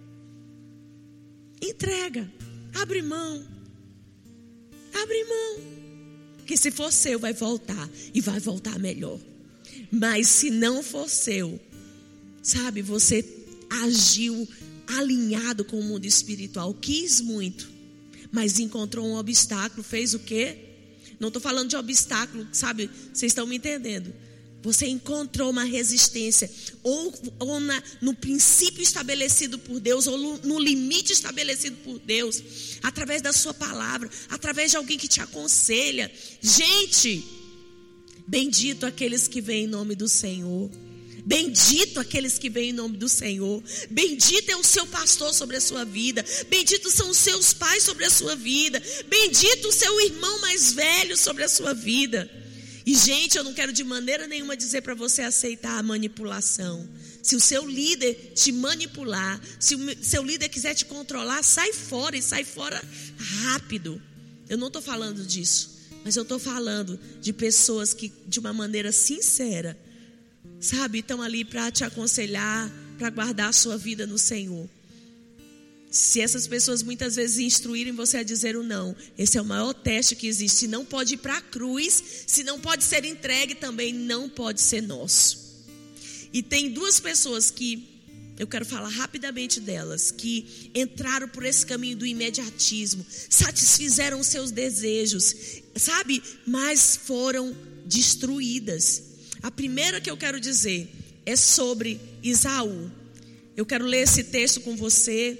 Entrega. Abre mão. Abre mão. Que se for seu vai voltar. E vai voltar melhor. Mas se não for seu, sabe, você agiu alinhado com o mundo espiritual, quis muito, mas encontrou um obstáculo, fez o quê? Não estou falando de obstáculo, sabe, vocês estão me entendendo? Você encontrou uma resistência, ou, ou na, no princípio estabelecido por Deus, ou no, no limite estabelecido por Deus, através da sua palavra, através de alguém que te aconselha. Gente, bendito aqueles que vêm em nome do Senhor. Bendito aqueles que vêm em nome do Senhor. Bendito é o seu pastor sobre a sua vida. Bendito são os seus pais sobre a sua vida. Bendito o seu irmão mais velho sobre a sua vida. E gente, eu não quero de maneira nenhuma dizer para você aceitar a manipulação. Se o seu líder te manipular, se o seu líder quiser te controlar, sai fora e sai fora rápido. Eu não estou falando disso. Mas eu estou falando de pessoas que, de uma maneira sincera, sabe, estão ali para te aconselhar, para guardar a sua vida no Senhor. Se essas pessoas muitas vezes instruírem você a dizer o não, esse é o maior teste que existe. Se não pode ir para a cruz, se não pode ser entregue, também não pode ser nosso. E tem duas pessoas que eu quero falar rapidamente delas, que entraram por esse caminho do imediatismo, satisfizeram os seus desejos, sabe, mas foram destruídas. A primeira que eu quero dizer é sobre Esaú. Eu quero ler esse texto com você.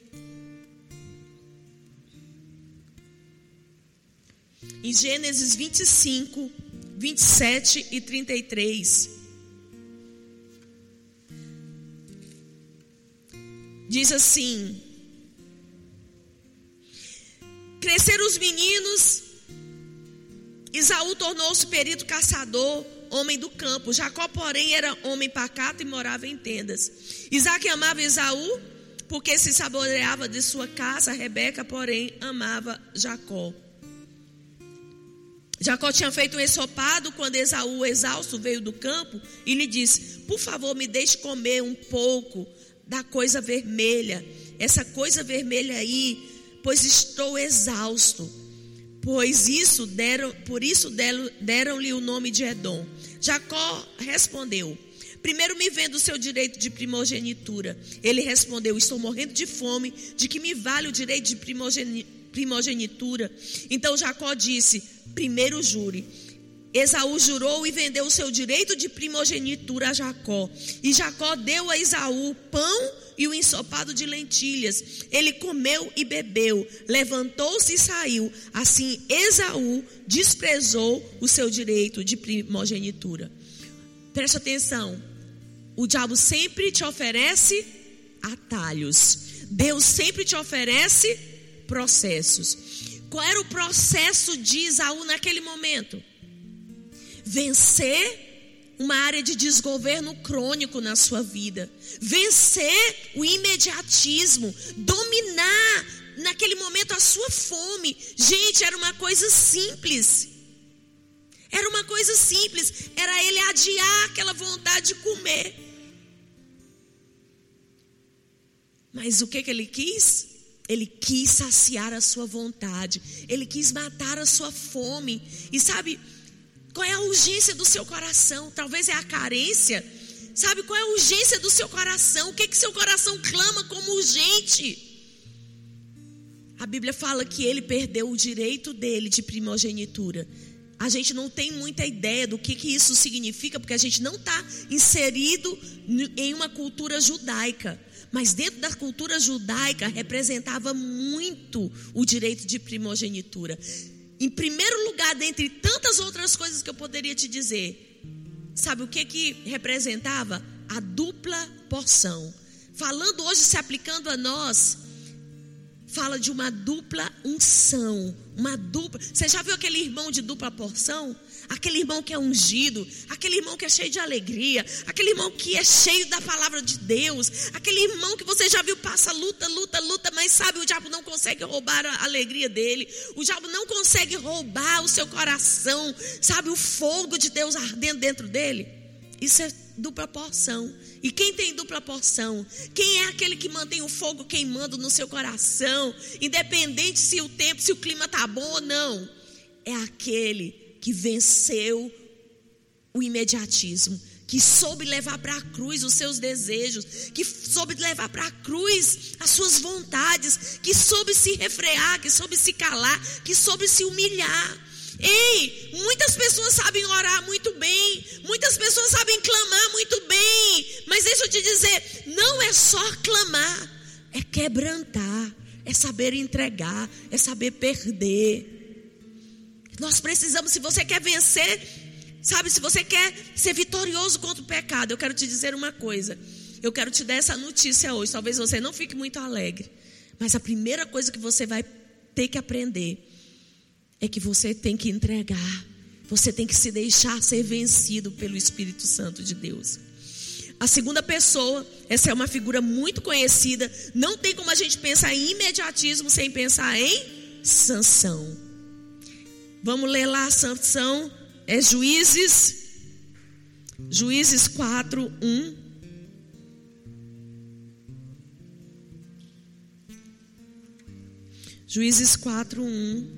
Em Gênesis vinte e cinco, vinte e sete e trinta e três. Diz assim: cresceram os meninos, Esaú tornou-se perito caçador, homem do campo. Jacó, porém, era homem pacato e morava em tendas. Isaque amava Esaú, porque se saboreava de sua caça. Rebeca, porém, amava Jacó. Jacó tinha feito um ensopado quando Esaú, exausto, veio do campo e lhe disse: por favor, me deixe comer um pouco da coisa vermelha, essa coisa vermelha aí, pois estou exausto. Pois isso deram, por isso deram, deram-lhe o nome de Edom. Jacó respondeu: primeiro me venda o seu direito de primogenitura. Ele respondeu: estou morrendo de fome, de que me vale o direito de primogenitura? Então Jacó disse: primeiro jure. Esaú jurou e vendeu o seu direito de primogenitura a Jacó. E Jacó deu a Esaú pão e o ensopado de lentilhas. Ele comeu e bebeu, levantou-se e saiu. Assim Esaú desprezou o seu direito de primogenitura. Presta atenção, o diabo sempre te oferece atalhos. Deus sempre te oferece processos. Qual era o processo de Esaú naquele momento? Vencer uma área de desgoverno crônico na sua vida. Vencer o imediatismo. Dominar naquele momento a sua fome. Gente, era uma coisa simples. Era uma coisa simples. Era ele adiar aquela vontade de comer. Mas o que que ele quis? Ele quis saciar a sua vontade. Ele quis matar a sua fome. E sabe, qual é a urgência do seu coração? Talvez é a carência. Sabe, qual é a urgência do seu coração? O que que seu coração clama como urgente? A Bíblia fala que ele perdeu o direito dele de primogenitura. A gente não tem muita ideia do que que isso significa, porque a gente não está inserido em uma cultura judaica. Mas dentro da cultura judaica representava muito o direito de primogenitura. Em primeiro lugar, dentre tantas outras coisas que eu poderia te dizer, sabe o que que representava? A dupla porção. Falando hoje, se aplicando a nós, fala de uma dupla unção. Uma dupla. Você já viu aquele irmão de dupla porção? Aquele irmão que é ungido, aquele irmão que é cheio de alegria, aquele irmão que é cheio da palavra de Deus, aquele irmão que você já viu passa luta, luta, luta, mas sabe, o diabo não consegue roubar a alegria dele, o diabo não consegue roubar o seu coração, sabe, o fogo de Deus ardendo dentro dele. Isso é dupla porção. E quem tem dupla porção? Quem é aquele que mantém o fogo queimando no seu coração, independente se o tempo, se o clima está bom ou não? É aquele que venceu o imediatismo, que soube levar para a cruz os seus desejos, que soube levar para a cruz as suas vontades, que soube se refrear, que soube se calar, que soube se humilhar. Ei, muitas pessoas sabem orar muito bem, muitas pessoas sabem clamar muito bem, mas deixa eu te dizer, não é só clamar, é quebrantar, é saber entregar, é saber perder. Nós precisamos, se você quer vencer, sabe, se você quer ser vitorioso contra o pecado, eu quero te dizer uma coisa. Eu quero te dar essa notícia hoje. Talvez você não fique muito alegre, mas a primeira coisa que você vai ter que aprender é que você tem que entregar. Você tem que se deixar ser vencido pelo Espírito Santo de Deus. A segunda pessoa, essa é uma figura muito conhecida. Não tem como a gente pensar em imediatismo sem pensar em Sansão. Vamos ler lá, Sansão. É Juízes, Juízes quatro, um. Juízes quatro, um.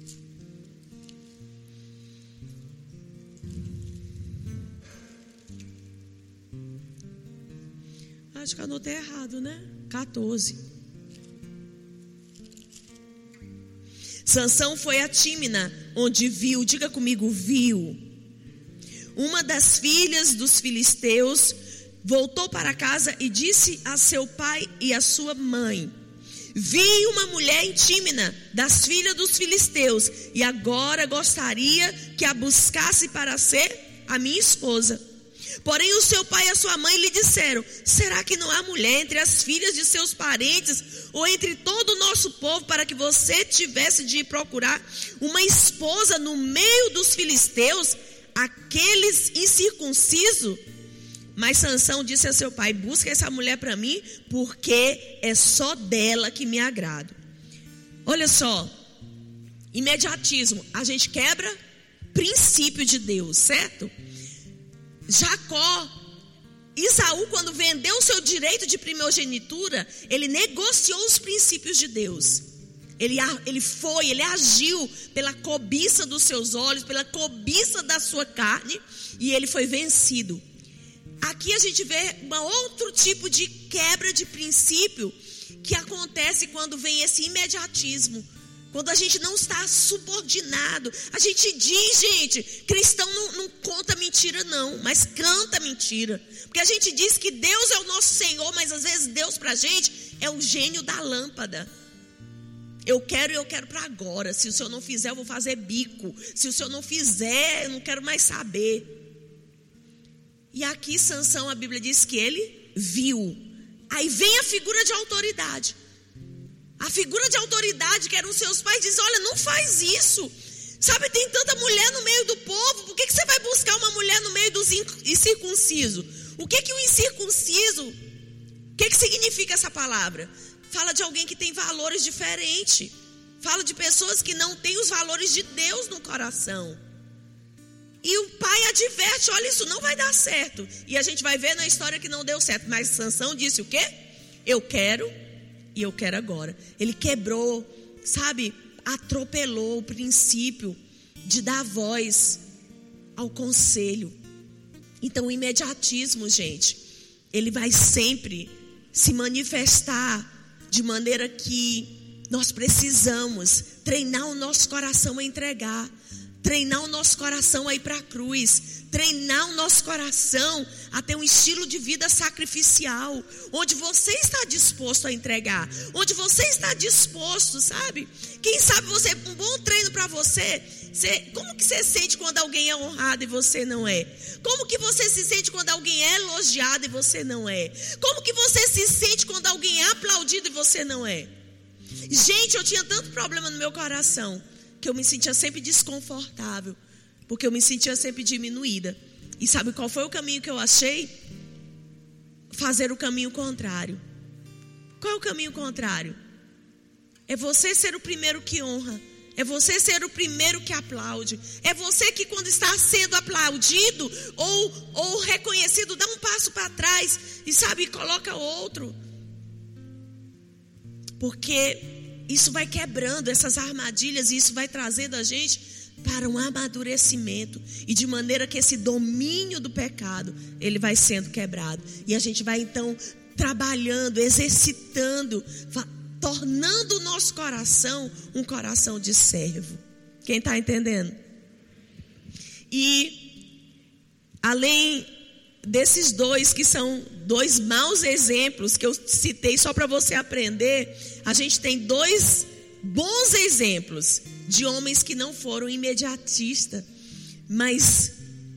Acho que eu anotei errado, né? quatorze. Sansão foi a Tímina, onde viu, diga comigo, viu, uma das filhas dos filisteus. Voltou para casa e disse a seu pai e a sua mãe: vi uma mulher em Tímina, das filhas dos filisteus, e agora gostaria que a buscasse para ser a minha esposa. Porém o seu pai e a sua mãe lhe disseram: será que não há mulher entre as filhas de seus parentes ou entre todo o nosso povo para que você tivesse de ir procurar uma esposa no meio dos filisteus, aqueles incircuncisos? Mas Sansão disse a seu pai: busca essa mulher para mim, porque é só dela que me agrado. Olha só, imediatismo, a gente quebra princípio de Deus, certo? Jacó, Isaú, quando vendeu o seu direito de primogenitura, ele negociou os princípios de Deus. Ele, ele foi, ele agiu pela cobiça dos seus olhos, pela cobiça da sua carne, e ele foi vencido. Aqui a gente vê um outro tipo de quebra de princípio que acontece quando vem esse imediatismo. Quando a gente não está subordinado. A gente diz, gente, cristão não, não conta mentira não, mas canta mentira. Porque a gente diz que Deus é o nosso Senhor, mas às vezes Deus pra gente é o gênio da lâmpada. Eu quero e eu quero para agora. Se o Senhor não fizer, eu vou fazer bico. Se o Senhor não fizer, eu não quero mais saber. E aqui Sansão, a Bíblia diz que ele viu. Aí vem a figura de autoridade. A figura de autoridade que eram seus pais diz: olha, não faz isso. Sabe, tem tanta mulher no meio do povo. Por que, que você vai buscar uma mulher no meio dos incircuncisos? O que que o incircunciso, o que que significa essa palavra? Fala de alguém que tem valores diferentes. Fala de pessoas que não têm os valores de Deus no coração. E o pai adverte: olha, isso não vai dar certo. E a gente vai ver na história que não deu certo. Mas Sansão disse o quê? Eu quero e eu quero agora. Ele quebrou, sabe, atropelou o princípio de dar voz ao conselho. Então o imediatismo, gente, ele vai sempre se manifestar de maneira que nós precisamos treinar o nosso coração a entregar, treinar o nosso coração a ir para a cruz, treinar o nosso coração a ter um estilo de vida sacrificial, onde você está disposto a entregar, onde você está disposto, sabe? Quem sabe você, um bom treino para você, você, como que você sente quando alguém é honrado e você não é? Como que você se sente quando alguém é elogiado e você não é? Como que você se sente quando alguém é aplaudido e você não é? Gente, eu tinha tanto problema no meu coração, que eu me sentia sempre desconfortável, porque eu me sentia sempre diminuída. E sabe qual foi o caminho que eu achei? Fazer o caminho contrário. Qual é o caminho contrário? É você ser o primeiro que honra. É você ser o primeiro que aplaude. É você que, quando está sendo aplaudido ou, ou reconhecido, dá um passo para trás e, sabe, coloca outro. Porque isso vai quebrando essas armadilhas e isso vai trazendo a gente para um amadurecimento. E de maneira que esse domínio do pecado, ele vai sendo quebrado. E a gente vai então trabalhando, exercitando, tornando o nosso coração um coração de servo. Quem está entendendo? E além desses dois que são dois maus exemplos que eu citei só para você aprender, a gente tem dois bons exemplos de homens que não foram imediatistas, mas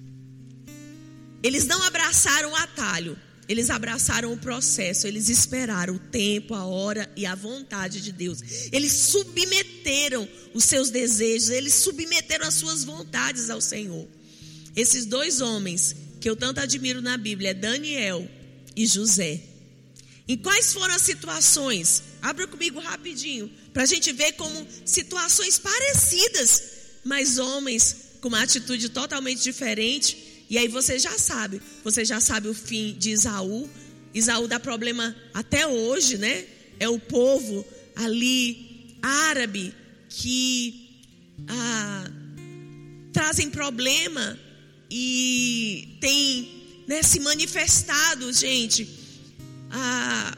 eles não abraçaram o atalho, eles abraçaram o processo, eles esperaram o tempo, a hora e a vontade de Deus. Eles submeteram os seus desejos, eles submeteram as suas vontades ao Senhor. Esses dois homens que eu tanto admiro na Bíblia é Daniel e José. Em quais foram as situações? Abra comigo rapidinho, para a gente ver como situações parecidas mas homens com uma atitude totalmente diferente. E aí você já sabe, você já sabe o fim de Esaú. Esaú dá problema até hoje, né? É o povo ali árabe que ah, trazem problema e tem, né, se manifestado, gente, ah,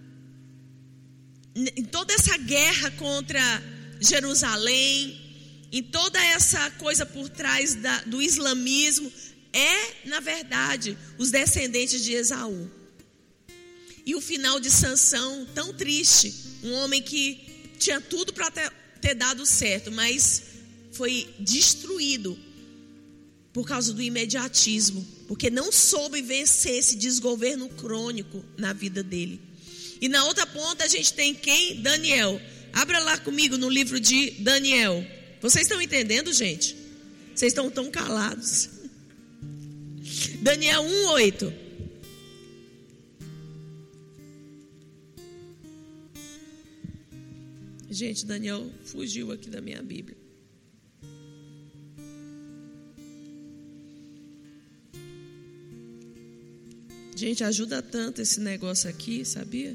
em toda essa guerra contra Jerusalém, em toda essa coisa por trás da, do islamismo, é, na verdade, os descendentes de Esaú. E o final de Sansão, tão triste, um homem que tinha tudo para ter, ter dado certo, mas foi destruído por causa do imediatismo, porque não soube vencer esse desgoverno crônico na vida dele. E na outra ponta a gente tem quem? Daniel. Abra lá comigo no livro de Daniel. Vocês estão entendendo, gente? Vocês estão tão calados. Daniel um, oito. Gente, Daniel fugiu aqui da minha Bíblia. Gente, ajuda tanto esse negócio aqui, sabia?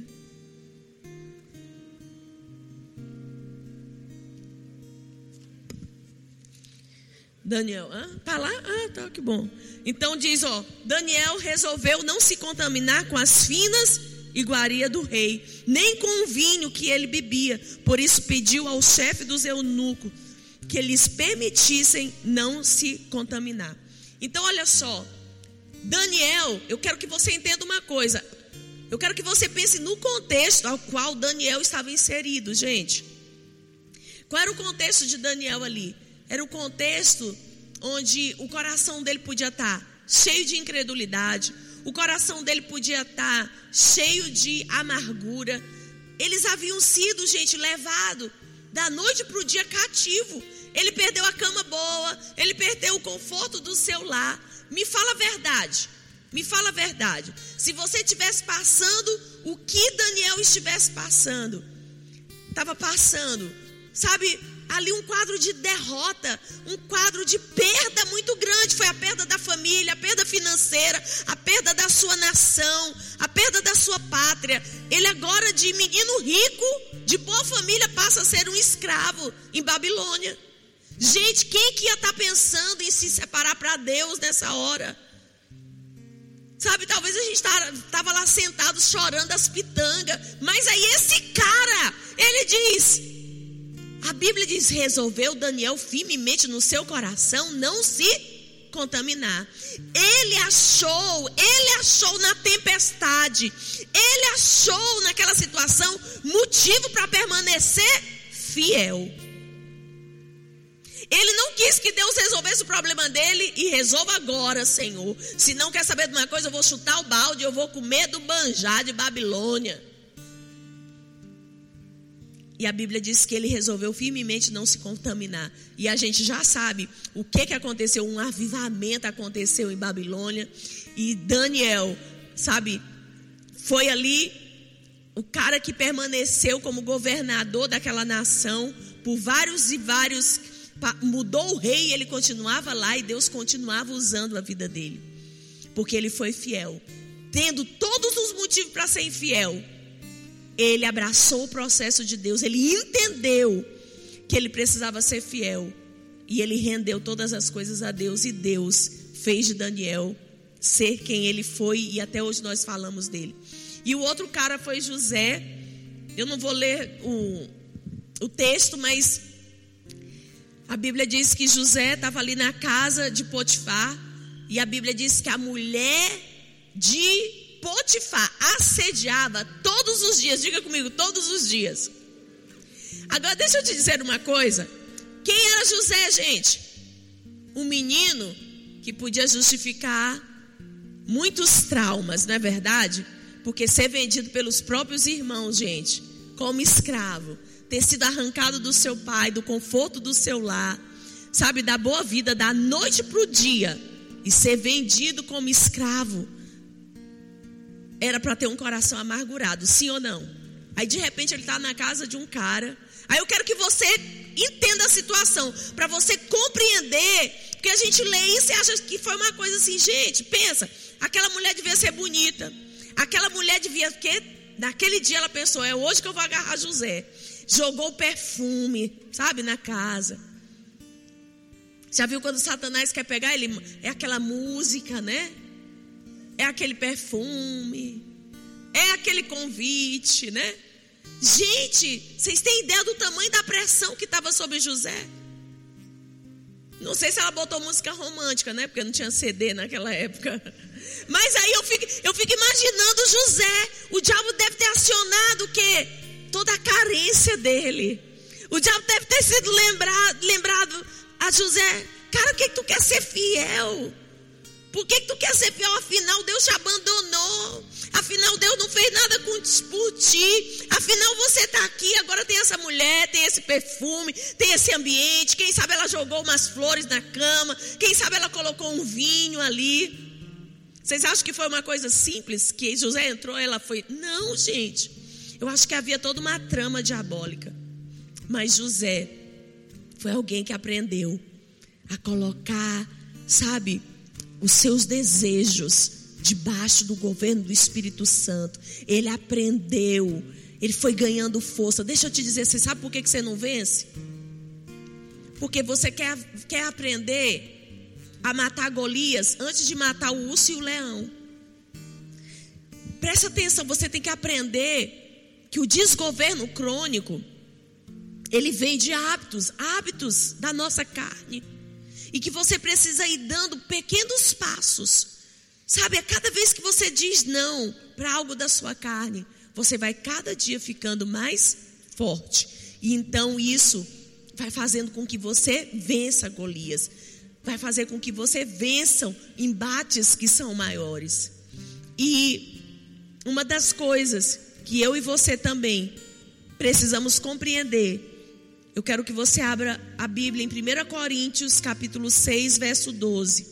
Daniel, ah, tá lá? Ah, tá, que bom. Então diz, ó, Daniel resolveu não se contaminar com as finas iguaria do rei, nem com o vinho que ele bebia. Por isso pediu ao chefe dos eunucos que lhes permitissem não se contaminar. Então olha só, Daniel, eu quero que você entenda uma coisa. Eu quero que você pense no contexto ao qual Daniel estava inserido, gente. Qual era o contexto de Daniel ali? Era um contexto onde o coração dele podia estar cheio de incredulidade, o coração dele podia estar cheio de amargura. Eles haviam sido, gente, levados da noite para o dia cativo. Ele perdeu a cama boa, ele perdeu o conforto do seu lar. Me fala a verdade, me fala a verdade. Se você estivesse passando o que Daniel estivesse passando, estava passando, sabe, ali um quadro de derrota, um quadro de perda muito grande. Foi a perda da família, a perda financeira, a perda da sua nação, a perda da sua pátria. Ele agora, de menino rico, de boa família, passa a ser um escravo em Babilônia. Gente, quem que ia estar pensando em se separar para Deus nessa hora? Sabe, talvez a gente estava lá sentado chorando as pitangas, mas aí esse cara, ele diz, a Bíblia diz, resolveu Daniel firmemente no seu coração não se contaminar. Ele achou, ele achou na tempestade, ele achou naquela situação motivo para permanecer fiel. Ele não quis que Deus resolvesse o problema dele e resolva agora, Senhor. Se não quer saber de uma coisa, eu vou chutar o balde, eu vou comer do banjá de Babilônia. E a Bíblia diz que ele resolveu firmemente não se contaminar. E a gente já sabe o que, que aconteceu. Um avivamento aconteceu em Babilônia. E Daniel, sabe, foi ali o cara que permaneceu como governador daquela nação por vários e vários. Mudou o rei e ele continuava lá. E Deus continuava usando a vida dele, porque ele foi fiel. Tendo todos os motivos para ser infiel, ele abraçou o processo de Deus. Ele entendeu que ele precisava ser fiel, e ele rendeu todas as coisas a Deus. E Deus fez de Daniel ser quem ele foi, e até hoje nós falamos dele. E o outro cara foi José. Eu não vou ler o, o texto, mas a Bíblia diz que José estava ali na casa de Potifar. E a Bíblia diz que a mulher de Potifar assediava todos os dias. Diga comigo, todos os dias. Agora deixa eu te dizer uma coisa. Quem era José, gente? Um menino que podia justificar muitos traumas, não é verdade? Porque ser vendido pelos próprios irmãos, gente, como escravo, ter sido arrancado do seu pai, do conforto do seu lar, sabe, da boa vida, da noite para o dia, e ser vendido como escravo, era para ter um coração amargurado, sim ou não? Aí de repente ele está na casa de um cara Aí eu quero que você entenda a situação, para você compreender, porque a gente lê isso e acha que foi uma coisa assim, gente, pensa, aquela mulher devia ser bonita, aquela mulher devia, porque naquele dia ela pensou, é hoje que eu vou agarrar José. Jogou perfume, sabe, na casa. Já viu quando Satanás quer pegar ele? É aquela música, né? É aquele perfume, é aquele convite, né? Gente, vocês têm ideia do tamanho da pressão que estava sobre José? Não sei se ela botou música romântica, né? Porque não tinha C D naquela época. Mas aí eu fico, eu fico imaginando José. O diabo deve ter acionado o quê? Toda a carência dele. O diabo deve ter sido lembrado, lembrado a José. Cara, por que, que tu quer ser fiel? Por que, que tu quer ser fiel? Afinal, Deus te abandonou. Afinal, Deus não fez nada por ti. Afinal, você está aqui. Agora tem essa mulher, tem esse perfume, tem esse ambiente. Quem sabe ela jogou umas flores na cama. Quem sabe ela colocou um vinho ali. Vocês acham que foi uma coisa simples? Que José entrou e ela foi... Não, gente. Eu acho que havia toda uma trama diabólica. Mas José foi alguém que aprendeu a colocar, sabe, os seus desejos debaixo do governo do Espírito Santo. Ele aprendeu, ele foi ganhando força. Deixa eu te dizer, você sabe por que você não vence? Porque você quer, quer aprender a matar Golias antes de matar o urso e o leão. Presta atenção, você tem que aprender que o desgoverno crônico, ele vem de hábitos, hábitos da nossa carne. E que você precisa ir dando pequenos passos. Sabe, a cada vez que você diz não para algo da sua carne, você vai cada dia ficando mais forte. E então isso vai fazendo com que você vença Golias. Vai fazer com que você vença embates que são maiores. E uma das coisas que eu e você também precisamos compreender. Eu quero que você abra a Bíblia em primeira Coríntios, capítulo seis, verso doze.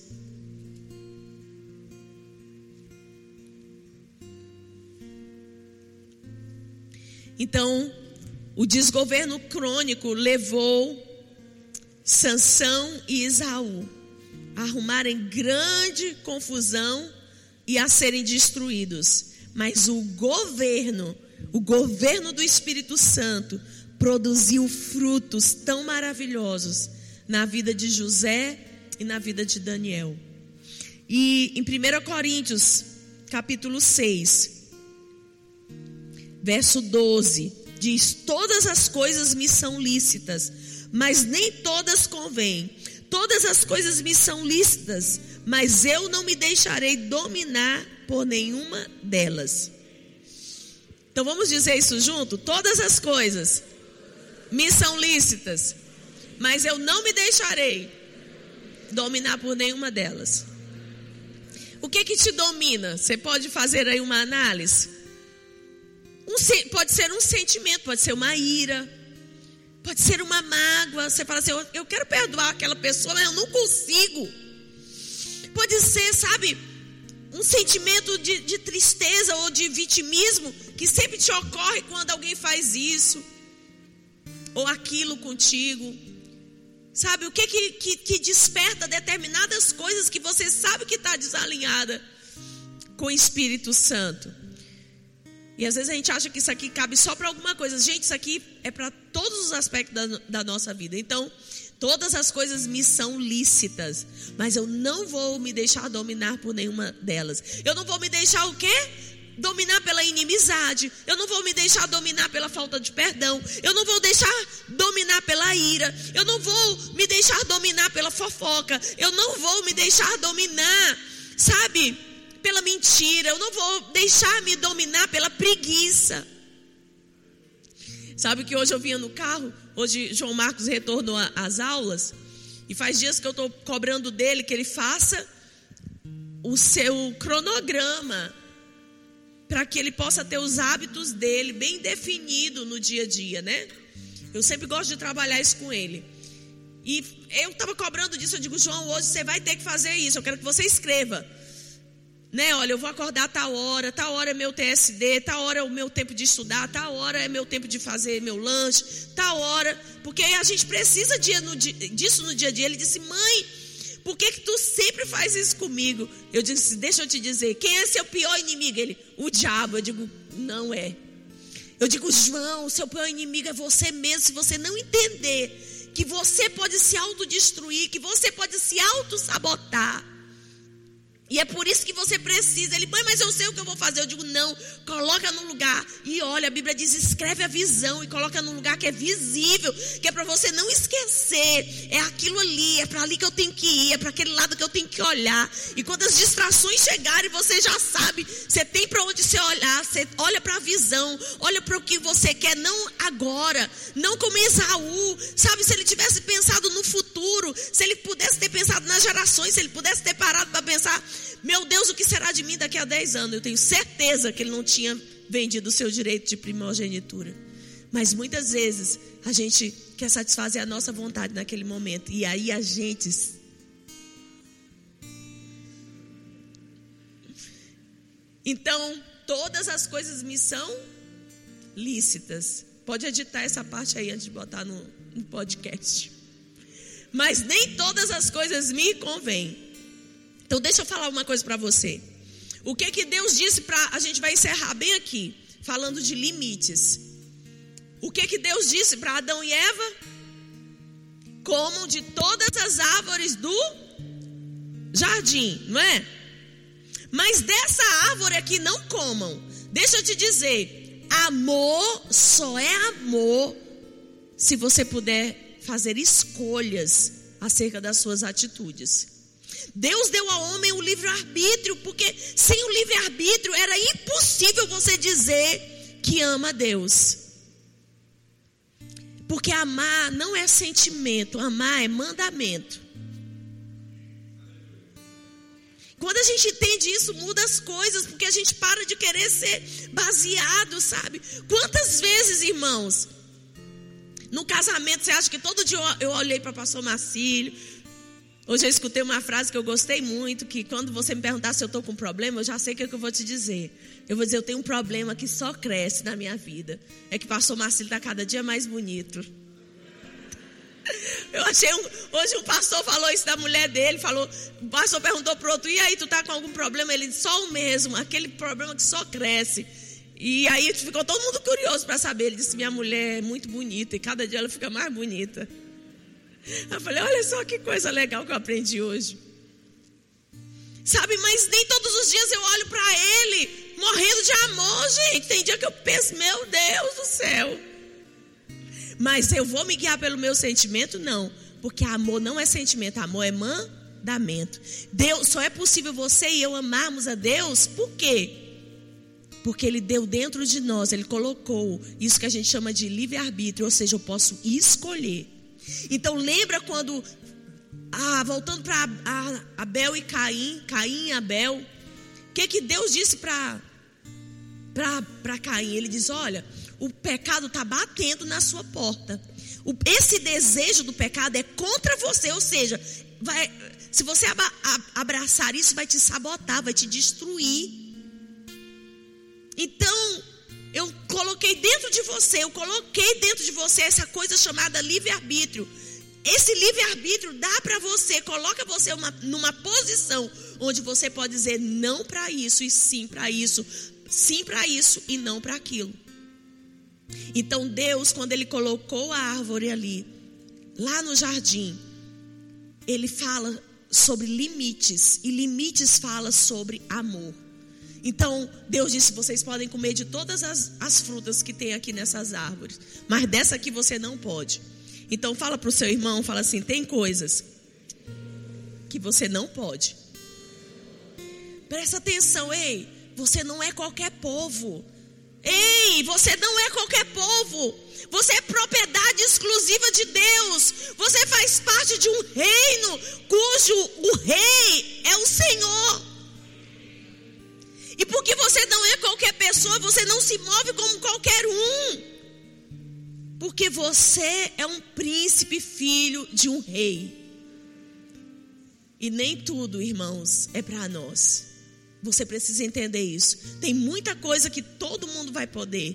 Então, o desgoverno crônico levou Sansão e Esaú a arrumarem grande confusão e a serem destruídos. Mas o governo, o governo do Espírito Santo, produziu frutos tão maravilhosos na vida de José e na vida de Daniel. E em primeira Coríntios, capítulo seis, verso doze, diz: todas as coisas me são lícitas, mas nem todas convêm. Todas as coisas me são lícitas, mas eu não me deixarei dominar por nenhuma delas. Então vamos dizer isso junto? Todas as coisas me são lícitas, mas eu não me deixarei dominar por nenhuma delas. O que que te domina? Você pode fazer aí uma análise. Um, pode ser um sentimento, pode ser uma ira, pode ser uma mágoa. Você fala assim, eu, eu quero perdoar aquela pessoa, mas eu não consigo. Pode ser, sabe, um sentimento de, de tristeza ou de vitimismo que sempre te ocorre quando alguém faz isso ou aquilo contigo. Sabe, o que que, que, que desperta determinadas coisas que você sabe que está desalinhada com o Espírito Santo. E às vezes a gente acha que isso aqui cabe só para alguma coisa. Gente, isso aqui é para todos os aspectos da, da nossa vida. Então, todas as coisas me são lícitas, mas eu não vou me deixar dominar por nenhuma delas. Eu não vou me deixar o quê? Dominar pela inimizade. Eu não vou me deixar dominar pela falta de perdão. Eu não vou deixar dominar pela ira. Eu não vou me deixar dominar pela fofoca. Eu não vou me deixar dominar, sabe, pela mentira. Eu não vou deixar me dominar pela preguiça. Sabe que hoje eu vinha no carro, hoje João Marcos retornou às aulas, e faz dias que eu estou cobrando dele que ele faça o seu cronograma, para que ele possa ter os hábitos dele bem definido no dia a dia, né? Eu sempre gosto de trabalhar isso com ele. E eu estava cobrando disso, eu digo, João, hoje você vai ter que fazer isso, eu quero que você escreva Né? Olha, eu vou acordar a tal hora, tal hora é meu T S D, tal hora é o meu tempo de estudar, tal hora é meu tempo de fazer meu lanche, tal hora, porque a gente precisa dia no dia, disso no dia a dia. Ele disse: mãe, por que que tu sempre faz isso comigo? Eu disse: deixa eu te dizer, quem é seu pior inimigo? Ele: o diabo. Eu digo: não é. Eu digo: João, seu pior inimigo é você mesmo. Se você não entender que você pode se autodestruir, que você pode se autossabotar, e é por isso que você precisa. Ele: mãe, mas eu sei o que eu vou fazer. Eu digo: não, coloca no lugar. E olha, a Bíblia diz: escreve a visão e coloca no lugar que é visível, que é para você não esquecer. É aquilo ali, é para ali que eu tenho que ir, é para aquele lado que eu tenho que olhar. E quando as distrações chegarem, você já sabe, você tem para onde você olhar. Você olha para a visão, olha para o que você quer, não agora, não como Esaú. Sabe, se ele tivesse pensado no futuro, se ele pudesse ter pensado nas gerações, se ele pudesse ter parado para pensar: meu Deus, o que será de mim daqui a dez anos? Eu tenho certeza que ele não tinha vendido o seu direito de primogenitura. Mas muitas vezes a gente quer satisfazer a nossa vontade naquele momento. E aí a gente... Então, todas as coisas me são lícitas. Pode editar essa parte aí antes de botar no, no podcast. Mas nem todas as coisas me convêm. Então deixa eu falar uma coisa para você. O que que Deus disse para... A gente vai encerrar bem aqui, falando de limites. O que que Deus disse para Adão e Eva? Comam de todas as árvores do jardim, não é? Mas dessa árvore aqui não comam. Deixa eu te dizer, amor só é amor se você puder fazer escolhas acerca das suas atitudes. Deus deu ao homem o livre-arbítrio, porque sem o livre-arbítrio era impossível você dizer que ama a Deus. Porque amar não é sentimento, amar é mandamento. Quando a gente entende isso, muda as coisas, porque a gente para de querer ser baseado, sabe? Quantas vezes, irmãos, no casamento, você acha que todo dia eu olhei para o pastor Marcílio? Hoje eu escutei uma frase que eu gostei muito, que quando você me perguntar se eu estou com um problema, eu já sei o que, é que eu vou te dizer. Eu vou dizer: eu tenho um problema que só cresce na minha vida. É que o pastor Marcílio está cada dia mais bonito. Eu achei um, hoje um pastor falou isso da mulher dele, falou, o pastor perguntou para o outro: e aí, tu está com algum problema? Ele disse: só o mesmo, aquele problema que só cresce. E aí ficou todo mundo curioso para saber. Ele disse: minha mulher é muito bonita e cada dia ela fica mais bonita. Eu falei: olha só que coisa legal que eu aprendi hoje. Sabe, mas nem todos os dias eu olho para ele morrendo de amor, gente. Tem dia que eu penso: meu Deus do céu. Mas eu vou me guiar pelo meu sentimento? Não. Porque amor não é sentimento, amor é mandamento. Deus, só é possível você e eu amarmos a Deus. Por quê? Porque Ele deu dentro de nós, Ele colocou isso que a gente chama de livre-arbítrio. Ou seja, eu posso escolher. Então lembra quando, ah, voltando para Abel e Caim, Caim e Abel, o que que Deus disse para para Caim? Ele diz: olha, o pecado está batendo na sua porta. O, esse desejo do pecado é contra você. Ou seja, vai, se você aba, a, abraçar isso, vai te sabotar, vai te destruir. Então eu coloquei dentro de você, eu coloquei dentro de você essa coisa chamada livre-arbítrio. Esse livre-arbítrio dá para você, coloca você uma, numa posição onde você pode dizer não para isso e sim para isso, sim para isso e não para aquilo. Então Deus, quando Ele colocou a árvore ali, lá no jardim, Ele fala sobre limites, e limites fala sobre amor. Então Deus disse: vocês podem comer de todas as, as frutas que tem aqui nessas árvores, mas dessa aqui você não pode. Então fala para o seu irmão, fala assim: tem coisas que você não pode. Presta atenção, ei, você não é qualquer povo. Ei, você não é qualquer povo. Você é propriedade exclusiva de Deus. Você faz parte de um reino cujo o rei é o Senhor. E porque você não é qualquer pessoa, você não se move como qualquer um. Porque você é um príncipe, filho de um rei. E nem tudo, irmãos, é para nós. Você precisa entender isso. Tem muita coisa que todo mundo vai poder,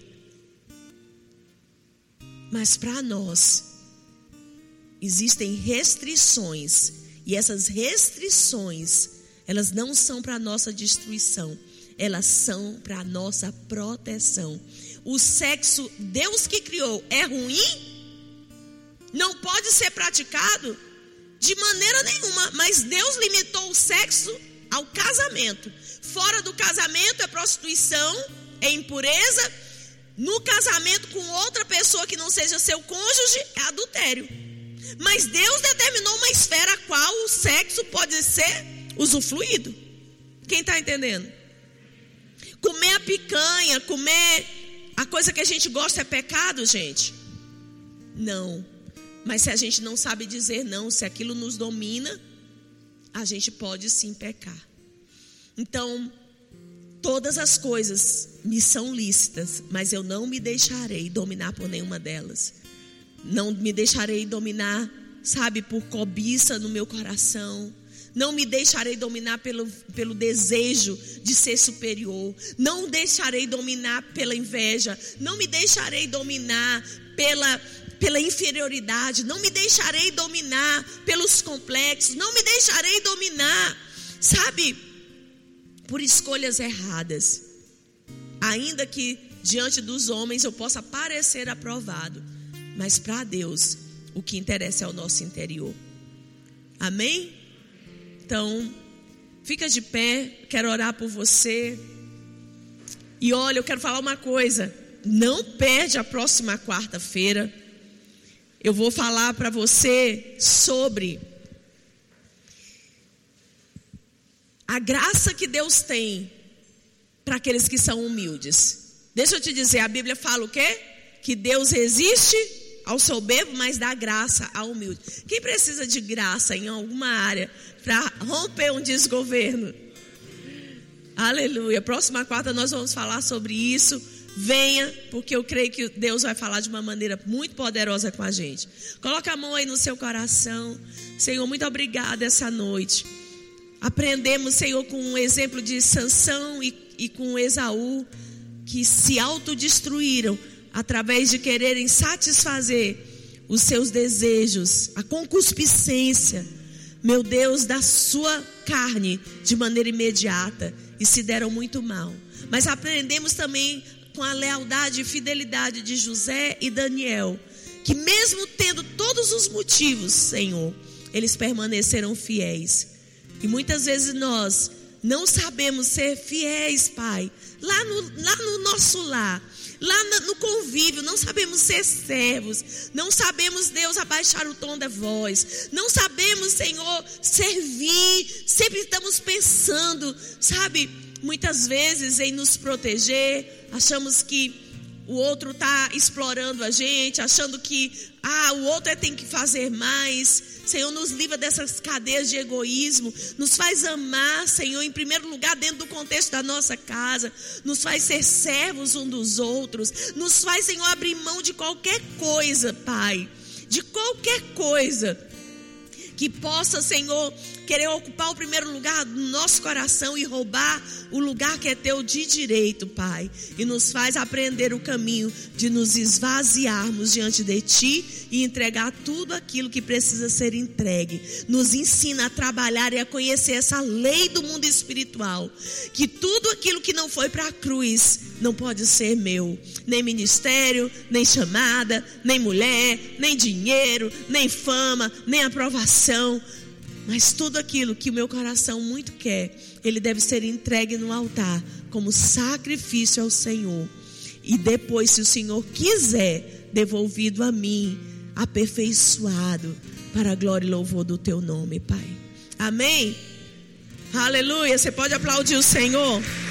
mas para nós existem restrições, e essas restrições, elas não são para a nossa destruição, elas são para a nossa proteção. O sexo, Deus que criou, é ruim? Não pode ser praticado? De maneira nenhuma. Mas Deus limitou o sexo ao casamento. Fora do casamento é prostituição, é impureza. No casamento com outra pessoa que não seja seu cônjuge, é adultério. Mas Deus determinou uma esfera a qual o sexo pode ser usufruído. Quem está entendendo? Comer a picanha, comer a coisa que a gente gosta é pecado, gente? Não. Mas se a gente não sabe dizer não, se aquilo nos domina, a gente pode sim pecar. Então, todas as coisas me são lícitas, mas eu não me deixarei dominar por nenhuma delas. Não me deixarei dominar, sabe, por cobiça no meu coração. Não me deixarei dominar pelo, pelo desejo de ser superior. Não deixarei dominar pela inveja. Não me deixarei dominar pela, pela inferioridade. Não me deixarei dominar pelos complexos. Não me deixarei dominar, sabe, por escolhas erradas. Ainda que diante dos homens eu possa parecer aprovado, mas para Deus o que interessa é o nosso interior. Amém? Então, fica de pé, quero orar por você. E olha, eu quero falar uma coisa: não perde a próxima quarta-feira. Eu vou falar para você sobre a graça que Deus tem para aqueles que são humildes. Deixa eu te dizer, a Bíblia fala o quê? Que Deus resiste ao soberbo, mas dá graça ao humilde. Quem precisa de graça em alguma área para romper um desgoverno? Aleluia. Próxima quarta nós vamos falar sobre isso. Venha, porque eu creio que Deus vai falar de uma maneira muito poderosa com a gente. Coloca a mão aí no seu coração. Senhor, muito obrigada essa noite. Aprendemos, Senhor, com um exemplo de Sansão e, e com Esaú, que se autodestruíram através de quererem satisfazer os seus desejos, a concupiscência, meu Deus, da sua carne de maneira imediata, e se deram muito mal. Mas aprendemos também com a lealdade e fidelidade de José e Daniel, que mesmo tendo todos os motivos, Senhor, eles permaneceram fiéis. E muitas vezes nós não sabemos ser fiéis, Pai, lá no, lá no nosso lar, lá no convívio, não sabemos ser servos, não sabemos, Deus, abaixar o tom da voz, não sabemos, Senhor, servir, sempre estamos pensando, sabe, muitas vezes em nos proteger, achamos que o outro está explorando a gente, achando que ah, o outro é, tem que fazer mais. Senhor, nos livra dessas cadeias de egoísmo, nos faz amar, Senhor, em primeiro lugar dentro do contexto da nossa casa, nos faz ser servos um dos outros, nos faz, Senhor, abrir mão de qualquer coisa, Pai, de qualquer coisa que possa, Senhor, querer ocupar o primeiro lugar do nosso coração e roubar o lugar que é teu de direito, Pai. E nos faz aprender o caminho de nos esvaziarmos diante de Ti e entregar tudo aquilo que precisa ser entregue. Nos ensina a trabalhar e a conhecer essa lei do mundo espiritual, que tudo aquilo que não foi para a cruz não pode ser meu. Nem ministério, nem chamada, nem mulher, nem dinheiro, nem fama, nem aprovação. Mas tudo aquilo que o meu coração muito quer, ele deve ser entregue no altar como sacrifício ao Senhor. E depois, se o Senhor quiser, devolvido a mim, aperfeiçoado para a glória e louvor do teu nome, Pai. Amém? Aleluia. Você pode aplaudir o Senhor?